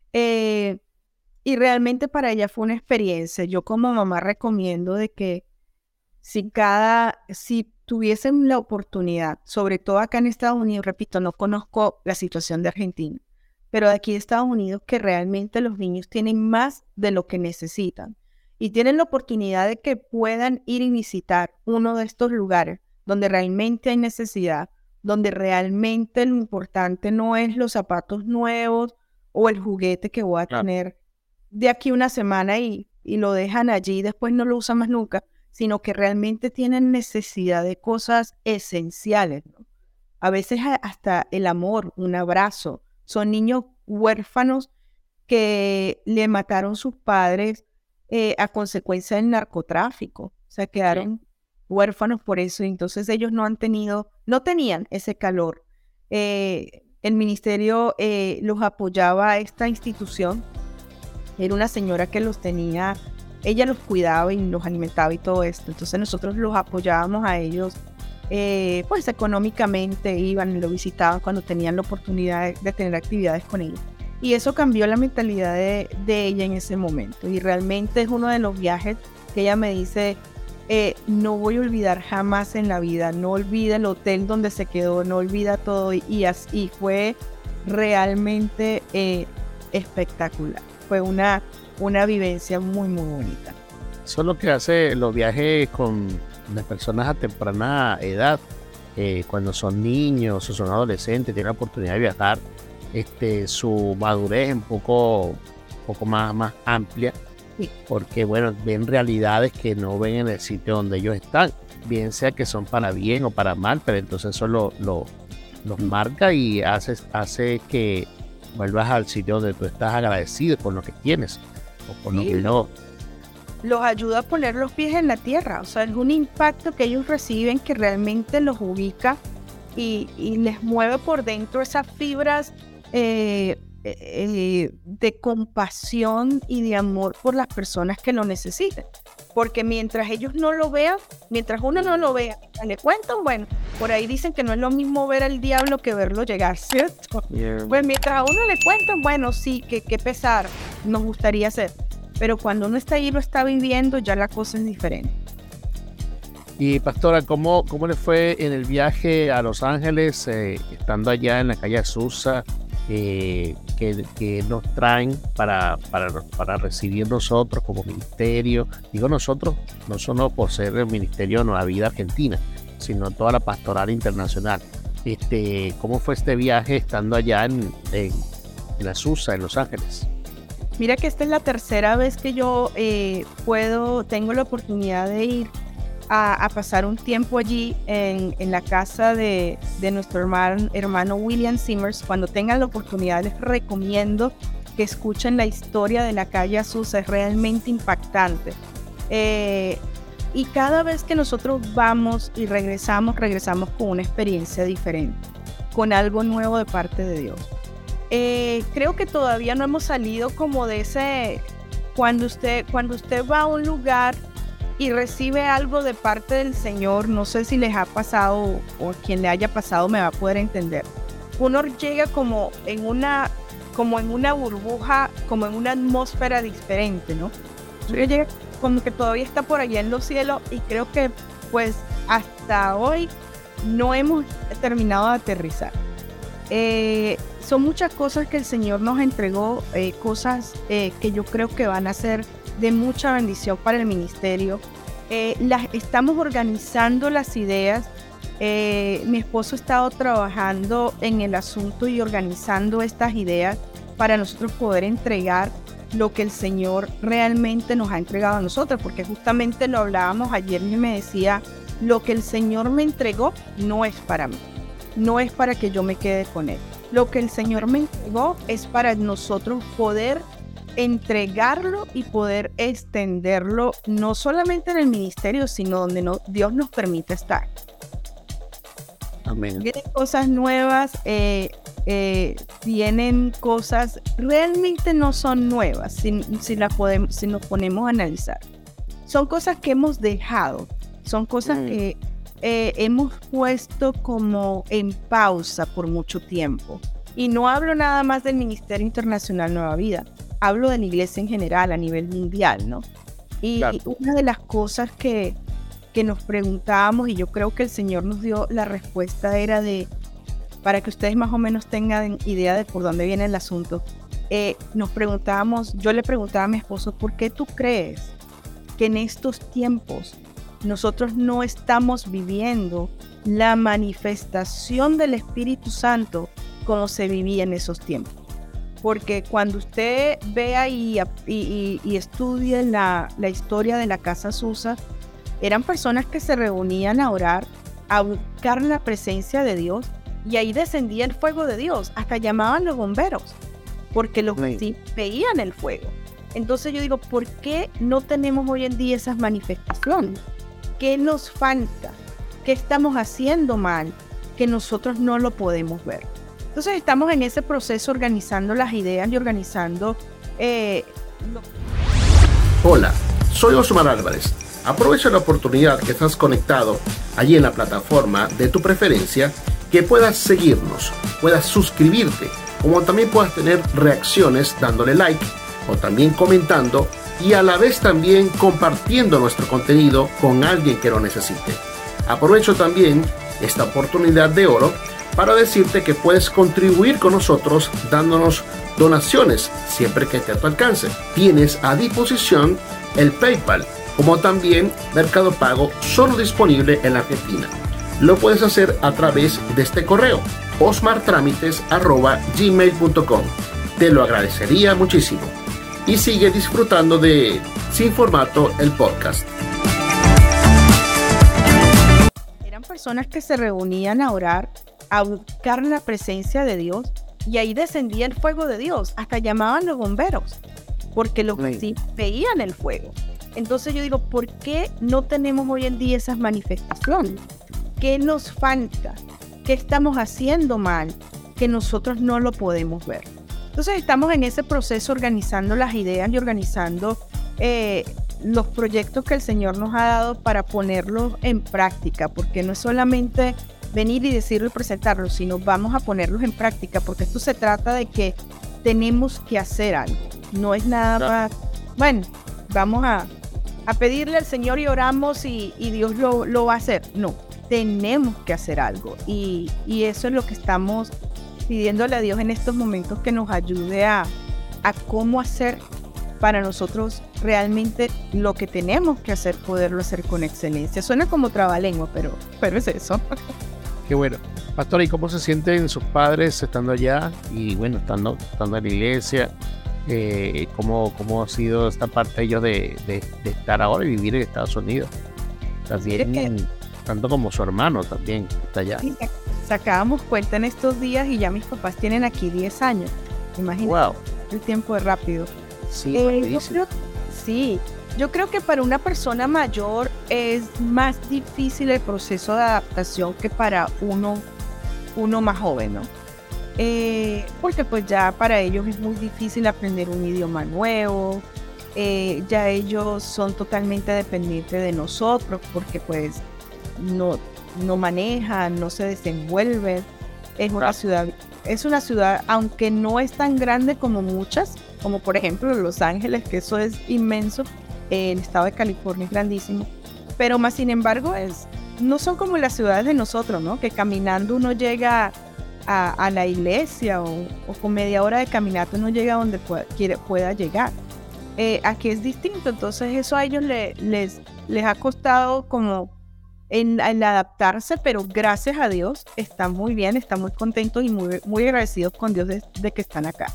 Y realmente para ella fue una experiencia. Yo como mamá recomiendo de que si tuviesen la oportunidad, sobre todo acá en Estados Unidos, repito, no conozco la situación de Argentina, pero de aquí de Estados Unidos, que realmente los niños tienen más de lo que necesitan, y tienen la oportunidad de que puedan ir y visitar uno de estos lugares donde realmente hay necesidad, donde realmente lo importante no es los zapatos nuevos o el juguete que voy a tener de aquí una semana y lo dejan allí y después no lo usan más nunca, sino que realmente tienen necesidad de cosas esenciales, ¿no? A veces hasta el amor, un abrazo. Son niños huérfanos que le mataron sus padres a consecuencia del narcotráfico. O sea, quedaron huérfanos por eso, y entonces ellos no tenían ese calor. El ministerio los apoyaba a esta institución. Era una señora que los tenía, ella los cuidaba y los alimentaba y todo esto. Entonces nosotros los apoyábamos a ellos, pues económicamente, iban y lo visitaban cuando tenían la oportunidad de tener actividades con ellos. Y eso cambió la mentalidad de ella en ese momento. Y realmente es uno de los viajes que ella me dice, no voy a olvidar jamás en la vida, no olvida el hotel donde se quedó, no olvida todo. Y fue realmente espectacular. Fue una vivencia muy, muy bonita. Eso es lo que hace los viajes con las personas a temprana edad, cuando son niños o son adolescentes, tienen la oportunidad de viajar, su madurez es un poco más amplia, porque bueno, ven realidades que no ven en el sitio donde ellos están. bien sea que son para bien o para mal, pero entonces eso los marca y hace que vuelvas al sitio donde tú estás agradecido con lo que tienes o con lo que no. Los ayuda a poner los pies en la tierra, o sea, es un impacto que ellos reciben que realmente los ubica y les mueve por dentro esas fibras de compasión y de amor por las personas que lo necesitan. Porque mientras ellos no lo vean, mientras uno no lo vea, le cuentan, bueno, por ahí dicen que no es lo mismo ver al diablo que verlo llegar, ¿cierto? Yeah. Pues mientras a uno le cuentan, bueno, sí, qué pesar, nos gustaría hacer. Pero cuando uno está ahí, lo está viviendo, ya la cosa es diferente. Y pastora, ¿cómo le fue en el viaje a Los Ángeles, estando allá en la calle Azusa? Que nos traen para recibir nosotros como ministerio. Digo nosotros, no solo por ser el Ministerio de Nueva Vida Argentina, sino toda la pastoral internacional. ¿Cómo fue este viaje estando allá en Azusa, en Los Ángeles? Mira que esta es la tercera vez que yo tengo la oportunidad de ir a pasar un tiempo allí en la casa de nuestro hermano William Simmers. Cuando tengan la oportunidad les recomiendo que escuchen la historia de la calle Azusa, es realmente impactante. Y cada vez que nosotros vamos y regresamos con una experiencia diferente, con algo nuevo de parte de Dios. Creo que todavía no hemos salido como de ese, cuando usted va a un lugar y recibe algo de parte del Señor, no sé si les ha pasado o a quien le haya pasado me va a poder entender. Uno llega como en una burbuja, como en una atmósfera diferente, ¿no? Uno llega como que todavía está por allá en los cielos y creo que pues hasta hoy no hemos terminado de aterrizar. Son muchas cosas que el Señor nos entregó, cosas que yo creo que van a ser de mucha bendición para el ministerio. Estamos organizando las ideas. Mi esposo ha estado trabajando en el asunto y organizando estas ideas para nosotros poder entregar lo que el Señor realmente nos ha entregado a nosotros, porque justamente lo hablábamos ayer y me decía, lo que el Señor me entregó no es para mí, no es para que yo me quede con él. Lo que el Señor me entregó es para nosotros poder entregarlo y poder extenderlo, no solamente en el ministerio, sino donde Dios nos permite estar. Amén. Vienen cosas nuevas, vienen cosas, realmente no son nuevas, si nos ponemos a analizar. Son cosas que hemos dejado, son cosas que hemos puesto como en pausa por mucho tiempo. Y no hablo nada más del Ministerio Internacional Nueva Vida, hablo de la iglesia en general, a nivel mundial, ¿no? Y claro, una de las cosas que nos preguntábamos, y yo creo que el Señor nos dio la respuesta, era para que ustedes más o menos tengan idea de por dónde viene el asunto, yo le preguntaba a mi esposo, ¿por qué tú crees que en estos tiempos nosotros no estamos viviendo la manifestación del Espíritu Santo como se vivía en esos tiempos? Porque cuando usted vea y estudie la historia de la casa Azusa, eran personas que se reunían a orar, a buscar la presencia de Dios, y ahí descendía el fuego de Dios, hasta llamaban los bomberos, porque los sí veían el fuego. Entonces yo digo, ¿por qué no tenemos hoy en día esas manifestaciones? ¿Qué nos falta? ¿Qué estamos haciendo mal? Que nosotros no lo podemos ver. Entonces estamos en ese proceso organizando las ideas y organizando... Hola, soy Osmar Álvarez. Aprovecha la oportunidad que estás conectado allí en la plataforma de tu preferencia, que puedas seguirnos, puedas suscribirte, como también puedas tener reacciones dándole like o también comentando y a la vez también compartiendo nuestro contenido con alguien que lo necesite. Aprovecho también esta oportunidad de oro para decirte que puedes contribuir con nosotros dándonos donaciones siempre que esté a tu alcance. Tienes a disposición el PayPal, como también Mercado Pago, solo disponible en la Argentina. Lo puedes hacer a través de este correo, osmartramites@gmail.com. Te lo agradecería muchísimo. Y sigue disfrutando de Sin Formato, el podcast. personas que se reunían a orar, a buscar la presencia de Dios, y ahí descendía el fuego de Dios. Hasta llamaban los bomberos, porque los vecinos veían el fuego. Entonces yo digo, ¿por qué no tenemos hoy en día esas manifestaciones? ¿Qué nos falta? ¿Qué estamos haciendo mal que nosotros no lo podemos ver? Entonces estamos en ese proceso organizando las ideas y organizando los proyectos que el Señor nos ha dado para ponerlos en práctica, porque no es solamente venir y decirlo y presentarlo, sino vamos a ponerlos en práctica, porque esto se trata de que tenemos que hacer algo. No es nada más, bueno, vamos a pedirle al Señor y oramos y Dios lo va a hacer. No, tenemos que hacer algo, y eso es lo que estamos pidiéndole a Dios en estos momentos, que nos ayude a cómo hacer para nosotros realmente lo que tenemos que hacer, poderlo hacer con excelencia. Suena como trabalengua, pero es eso. Qué bueno. Pastora, ¿y cómo se sienten sus padres estando allá y bueno, estando en la iglesia? ¿Cómo ha sido esta parte ellos de estar ahora y vivir en Estados Unidos? También, tanto como su hermano también está allá. Sí, sacábamos cuenta en estos días y ya mis papás tienen aquí 10 años. Imagínate, wow. El tiempo es rápido. Sí, yo creo que para una persona mayor es más difícil el proceso de adaptación que para uno más joven, ¿no? Porque pues ya para ellos es muy difícil aprender un idioma nuevo, ya ellos son totalmente dependientes de nosotros, porque pues no manejan, no se desenvuelven. Es una ciudad, aunque no es tan grande como muchas, como por ejemplo Los Ángeles, que eso es inmenso. El estado de California es grandísimo, pero más sin embargo no son como las ciudades de nosotros, ¿no? Que caminando uno llega a la iglesia, o con media hora de caminata uno llega a donde pueda llegar. Aquí es distinto, entonces eso a ellos les ha costado como en adaptarse, pero gracias a Dios están muy bien, están muy contentos y muy, muy agradecidos con Dios de que están acá.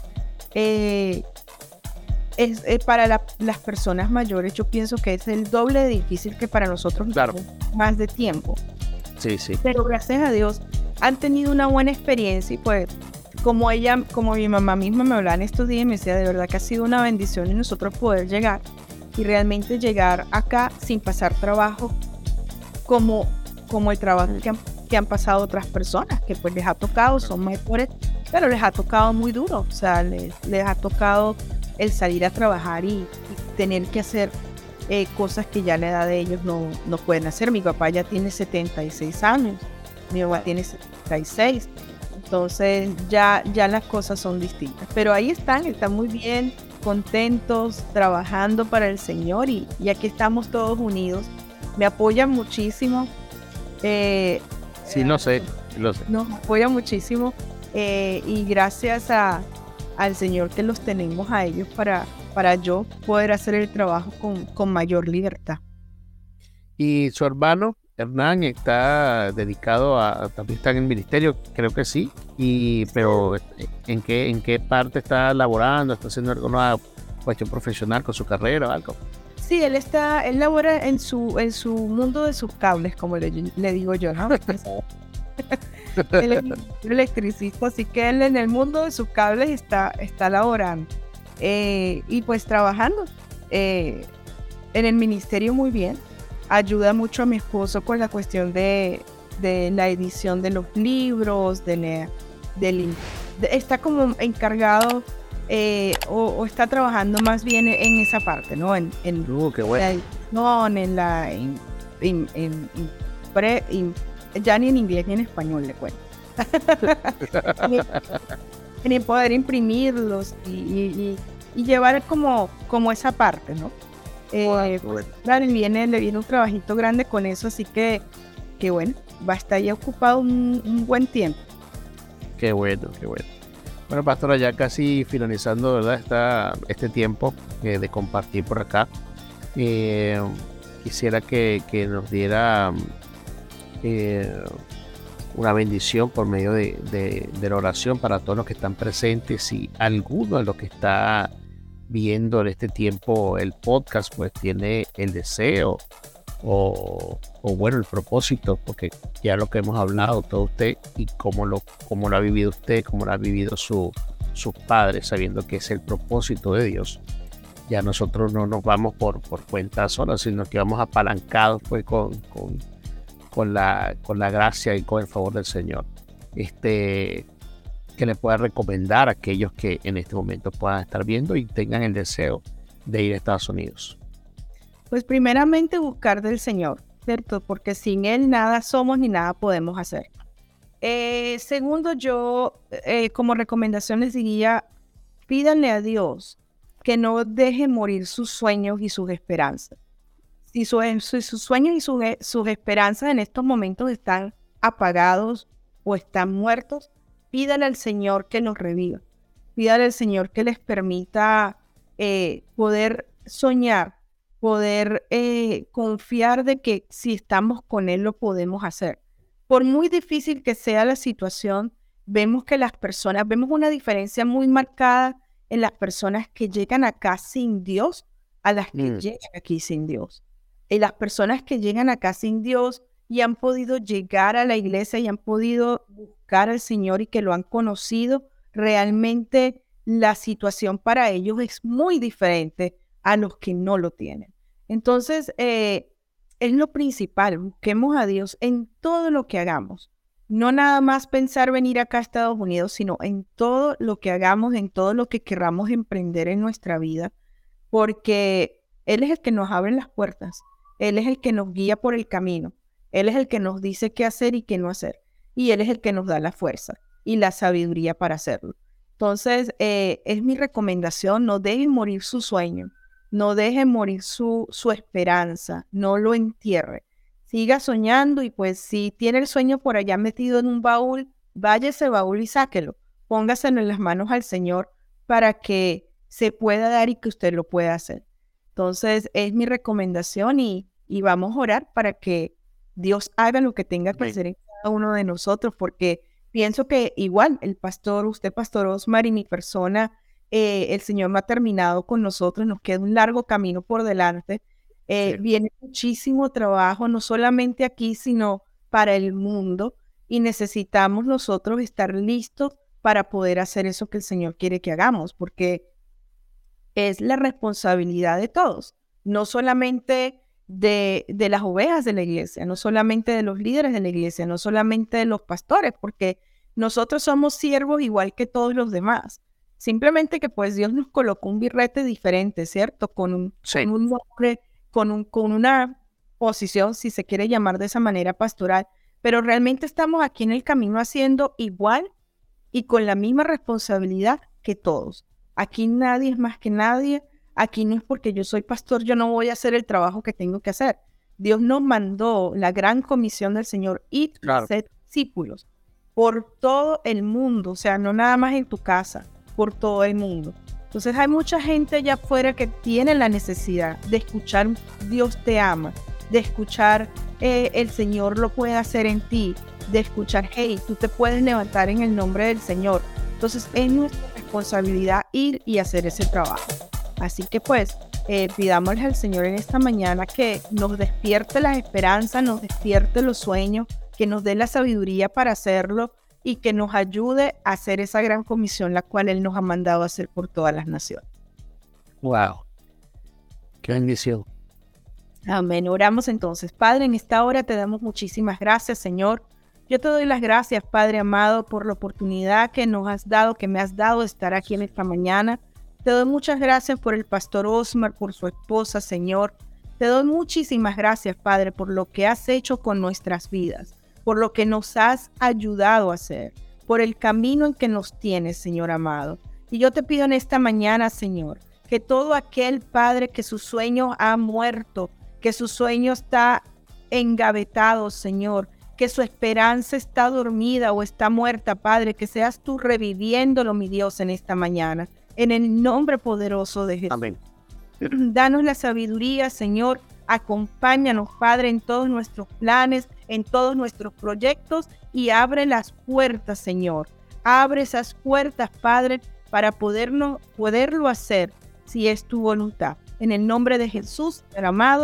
Para las personas mayores yo pienso que es el doble de difícil que para nosotros, claro, más de tiempo. Sí. Pero gracias a Dios han tenido una buena experiencia, y pues como mi mamá misma me hablaba en estos días y me decía, de verdad que ha sido una bendición y nosotros poder llegar y realmente llegar acá sin pasar trabajo como el trabajo que han pasado otras personas, que pues les ha tocado, son mayores, pero les ha tocado muy duro, o sea, les ha tocado el salir a trabajar y tener que hacer cosas que ya a la edad de ellos no pueden hacer. Mi papá ya tiene 76 años, mi mamá tiene 76, entonces ya las cosas son distintas, pero ahí están muy bien, contentos, trabajando para el Señor, y aquí estamos todos unidos. Me apoyan muchísimo. Sí, lo sé. Nos apoyan muchísimo, y gracias al Señor que los tenemos a ellos para yo poder hacer el trabajo con mayor libertad. ¿Y su hermano Hernán está dedicado también está en el ministerio? Creo que sí. Pero ¿en qué parte está laborando? ¿Está haciendo alguna cuestión profesional con su carrera o algo? Sí, él labora en su mundo de sus cables, como le digo yo, ¿no? Él es electricista, así que él en el mundo de sus cables está laborando, y pues trabajando en el ministerio muy bien. Ayuda mucho a mi esposo con la cuestión de la edición de los libros, está como encargado, o está trabajando más bien en esa parte, ¿no? Qué bueno. Ya ni en inglés ni en español le cuento. En el poder imprimirlos y llevar como esa parte, ¿no? Claro, le viene un trabajito grande con eso, así que bueno, va a estar ya ocupado un buen tiempo. Qué bueno. Bueno, pastora, ya casi finalizando, ¿verdad? Está este tiempo de compartir por acá. Quisiera que nos diera una bendición por medio de la oración para todos los que están presentes, y alguno de los que está viendo en este tiempo el podcast pues tiene el deseo o bueno, el propósito, porque ya lo que hemos hablado todo usted y cómo lo ha vivido usted, cómo lo ha vivido sus padres, sabiendo que es el propósito de Dios. Ya nosotros no nos vamos por cuenta sola, sino que vamos apalancados pues con la gracia y con el favor del Señor. Que le pueda recomendar a aquellos que en este momento puedan estar viendo y tengan el deseo de ir a Estados Unidos. Pues primeramente buscar del Señor, ¿cierto? Porque sin Él nada somos ni nada podemos hacer. Segundo, yo como recomendación les diría, pídanle a Dios que no deje morir sus sueños y sus esperanzas. Si sus sueños y sus esperanzas en estos momentos están apagados o están muertos, pídale al Señor que los reviva. Pídale al Señor que les permita poder soñar, poder confiar de que si estamos con Él lo podemos hacer. Por muy difícil que sea la situación, vemos una diferencia muy marcada en las personas que llegan acá sin Dios a las que llegan aquí sin Dios. Y las personas que llegan acá sin Dios y han podido llegar a la iglesia y han podido buscar al Señor y que lo han conocido, realmente la situación para ellos es muy diferente a los que no lo tienen. Entonces, es lo principal, busquemos a Dios en todo lo que hagamos. No nada más pensar venir acá a Estados Unidos, sino en todo lo que hagamos, en todo lo que querramos emprender en nuestra vida, porque Él es el que nos abre las puertas, Él es el que nos guía por el camino, Él es el que nos dice qué hacer y qué no hacer, y Él es el que nos da la fuerza y la sabiduría para hacerlo. Entonces, es mi recomendación, no dejen morir su sueño, no dejen morir su esperanza, no lo entierre. Siga soñando y pues si tiene el sueño por allá metido en un baúl, vaya ese baúl y sáquelo. Póngaselo en las manos al Señor para que se pueda dar y que usted lo pueda hacer. Entonces es mi recomendación y vamos a orar para que Dios haga lo que tenga que hacer en cada uno de nosotros, porque pienso que igual usted, Pastor Osmar, y mi persona, el Señor no ha terminado con nosotros, nos queda un largo camino por delante. Viene muchísimo trabajo, no solamente aquí, sino para el mundo, y necesitamos nosotros estar listos para poder hacer eso que el Señor quiere que hagamos, porque es la responsabilidad de todos, no solamente de las ovejas de la iglesia, no solamente de los líderes de la iglesia, no solamente de los pastores, porque nosotros somos siervos igual que todos los demás. Simplemente que pues Dios nos colocó un birrete diferente, ¿cierto? Con un nombre, con una posición, si se quiere llamar de esa manera, pastoral, pero realmente estamos aquí en el camino haciendo igual y con la misma responsabilidad que todos. Aquí nadie es más que nadie, aquí no es porque yo soy pastor, yo no voy a hacer el trabajo que tengo que hacer. Dios nos mandó la gran comisión del Señor, ir a ser discípulos por todo el mundo, o sea, no nada más en tu casa, por todo el mundo. Entonces hay mucha gente allá afuera que tiene la necesidad de escuchar Dios te ama, de escuchar el Señor lo puede hacer en ti, de escuchar, hey, tú te puedes levantar en el nombre del Señor. Entonces es nuestra responsabilidad ir y hacer ese trabajo. Así que pues pidámosle al Señor en esta mañana que nos despierte las esperanzas, nos despierte los sueños, que nos dé la sabiduría para hacerlo y que nos ayude a hacer esa gran comisión la cual Él nos ha mandado a hacer por todas las naciones. Wow, qué bendición. Amén. Oramos entonces. Padre, en esta hora te damos muchísimas gracias, Señor. Yo te doy las gracias, Padre amado, por la oportunidad que nos has dado, que me has dado de estar aquí en esta mañana. Te doy muchas gracias por el Pastor Osmar, por su esposa, Señor. Te doy muchísimas gracias, Padre, por lo que has hecho con nuestras vidas, por lo que nos has ayudado a hacer, por el camino en que nos tienes, Señor amado. Y yo te pido en esta mañana, Señor, que todo aquel Padre que su sueño ha muerto, que su sueño está engavetado, Señor, que su esperanza está dormida o está muerta, Padre, que seas tú reviviéndolo, mi Dios, en esta mañana, en el nombre poderoso de Jesús. Amén. Danos la sabiduría, Señor. Acompáñanos, Padre, en todos nuestros planes, en todos nuestros proyectos y abre las puertas, Señor. Abre esas puertas, Padre, para poderlo hacer si es tu voluntad. En el nombre de Jesús, el amado,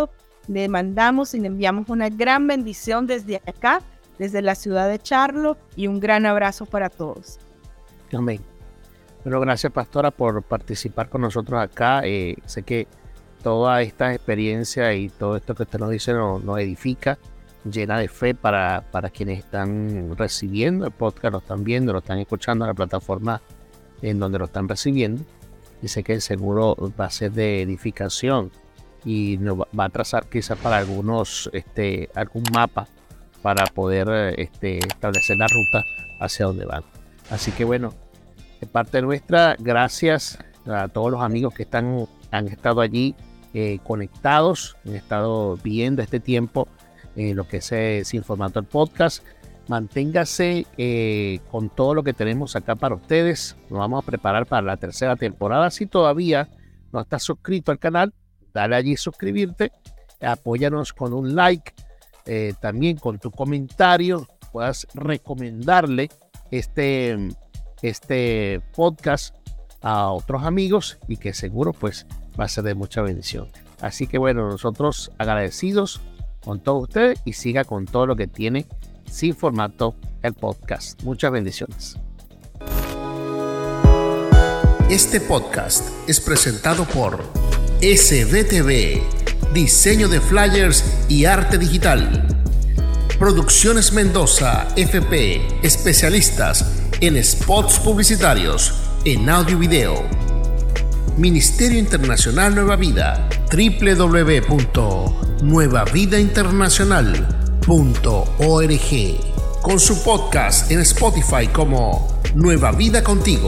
le mandamos y le enviamos una gran bendición desde acá, desde la ciudad de Charlotte, y un gran abrazo para todos. Amén. Bueno, gracias, pastora, por participar con nosotros acá. Sé que toda esta experiencia y todo esto que usted nos dice nos edifica, llena de fe para quienes están recibiendo el podcast, lo están viendo, lo están escuchando en la plataforma en donde lo están recibiendo. Y sé que seguro va a ser de edificación y nos va a trazar quizás para algunos algún mapa para poder establecer la ruta hacia donde van. Así que bueno, de parte nuestra, gracias a todos los amigos que han estado allí conectados, han estado viendo este tiempo lo que es Sin Formato el podcast. Manténgase con todo lo que tenemos acá para ustedes. Nos vamos a preparar para la tercera temporada. Si todavía no estás suscrito al canal, dale allí suscribirte, apóyanos con un like, también con tu comentario, puedas recomendarle este podcast a otros amigos y que seguro pues va a ser de mucha bendición. Así que bueno, nosotros agradecidos con todos ustedes y siga con todo lo que tiene Sin Formato el podcast. Muchas bendiciones. Este podcast es presentado por SBTV, diseño de flyers y arte digital. Producciones Mendoza FP, especialistas en spots publicitarios, en audio y video. Ministerio Internacional Nueva Vida, www.nuevavidainternacional.org, con su podcast en Spotify como Nueva Vida Contigo.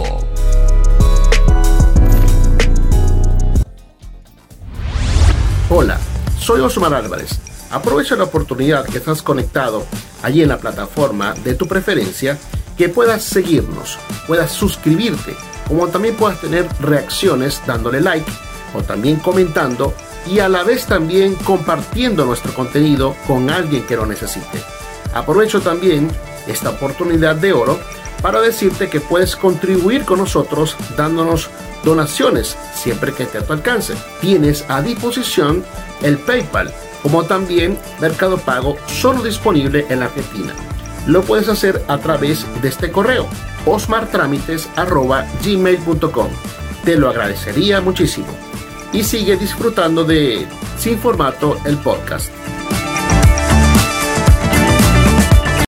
Hola, soy Osmar Álvarez. Aprovecha la oportunidad que estás conectado allí en la plataforma de tu preferencia, que puedas seguirnos, puedas suscribirte, como también puedas tener reacciones dándole like o también comentando y a la vez también compartiendo nuestro contenido con alguien que lo necesite. Aprovecho también esta oportunidad de oro para decirte que puedes contribuir con nosotros dándonos donaciones siempre que esté a tu alcance. Tienes a disposición el PayPal, como también Mercado Pago, solo disponible en la Argentina. Lo puedes hacer a través de este correo, osmartramites@gmail.com. Te lo agradecería muchísimo. Y sigue disfrutando de Sin Formato el podcast.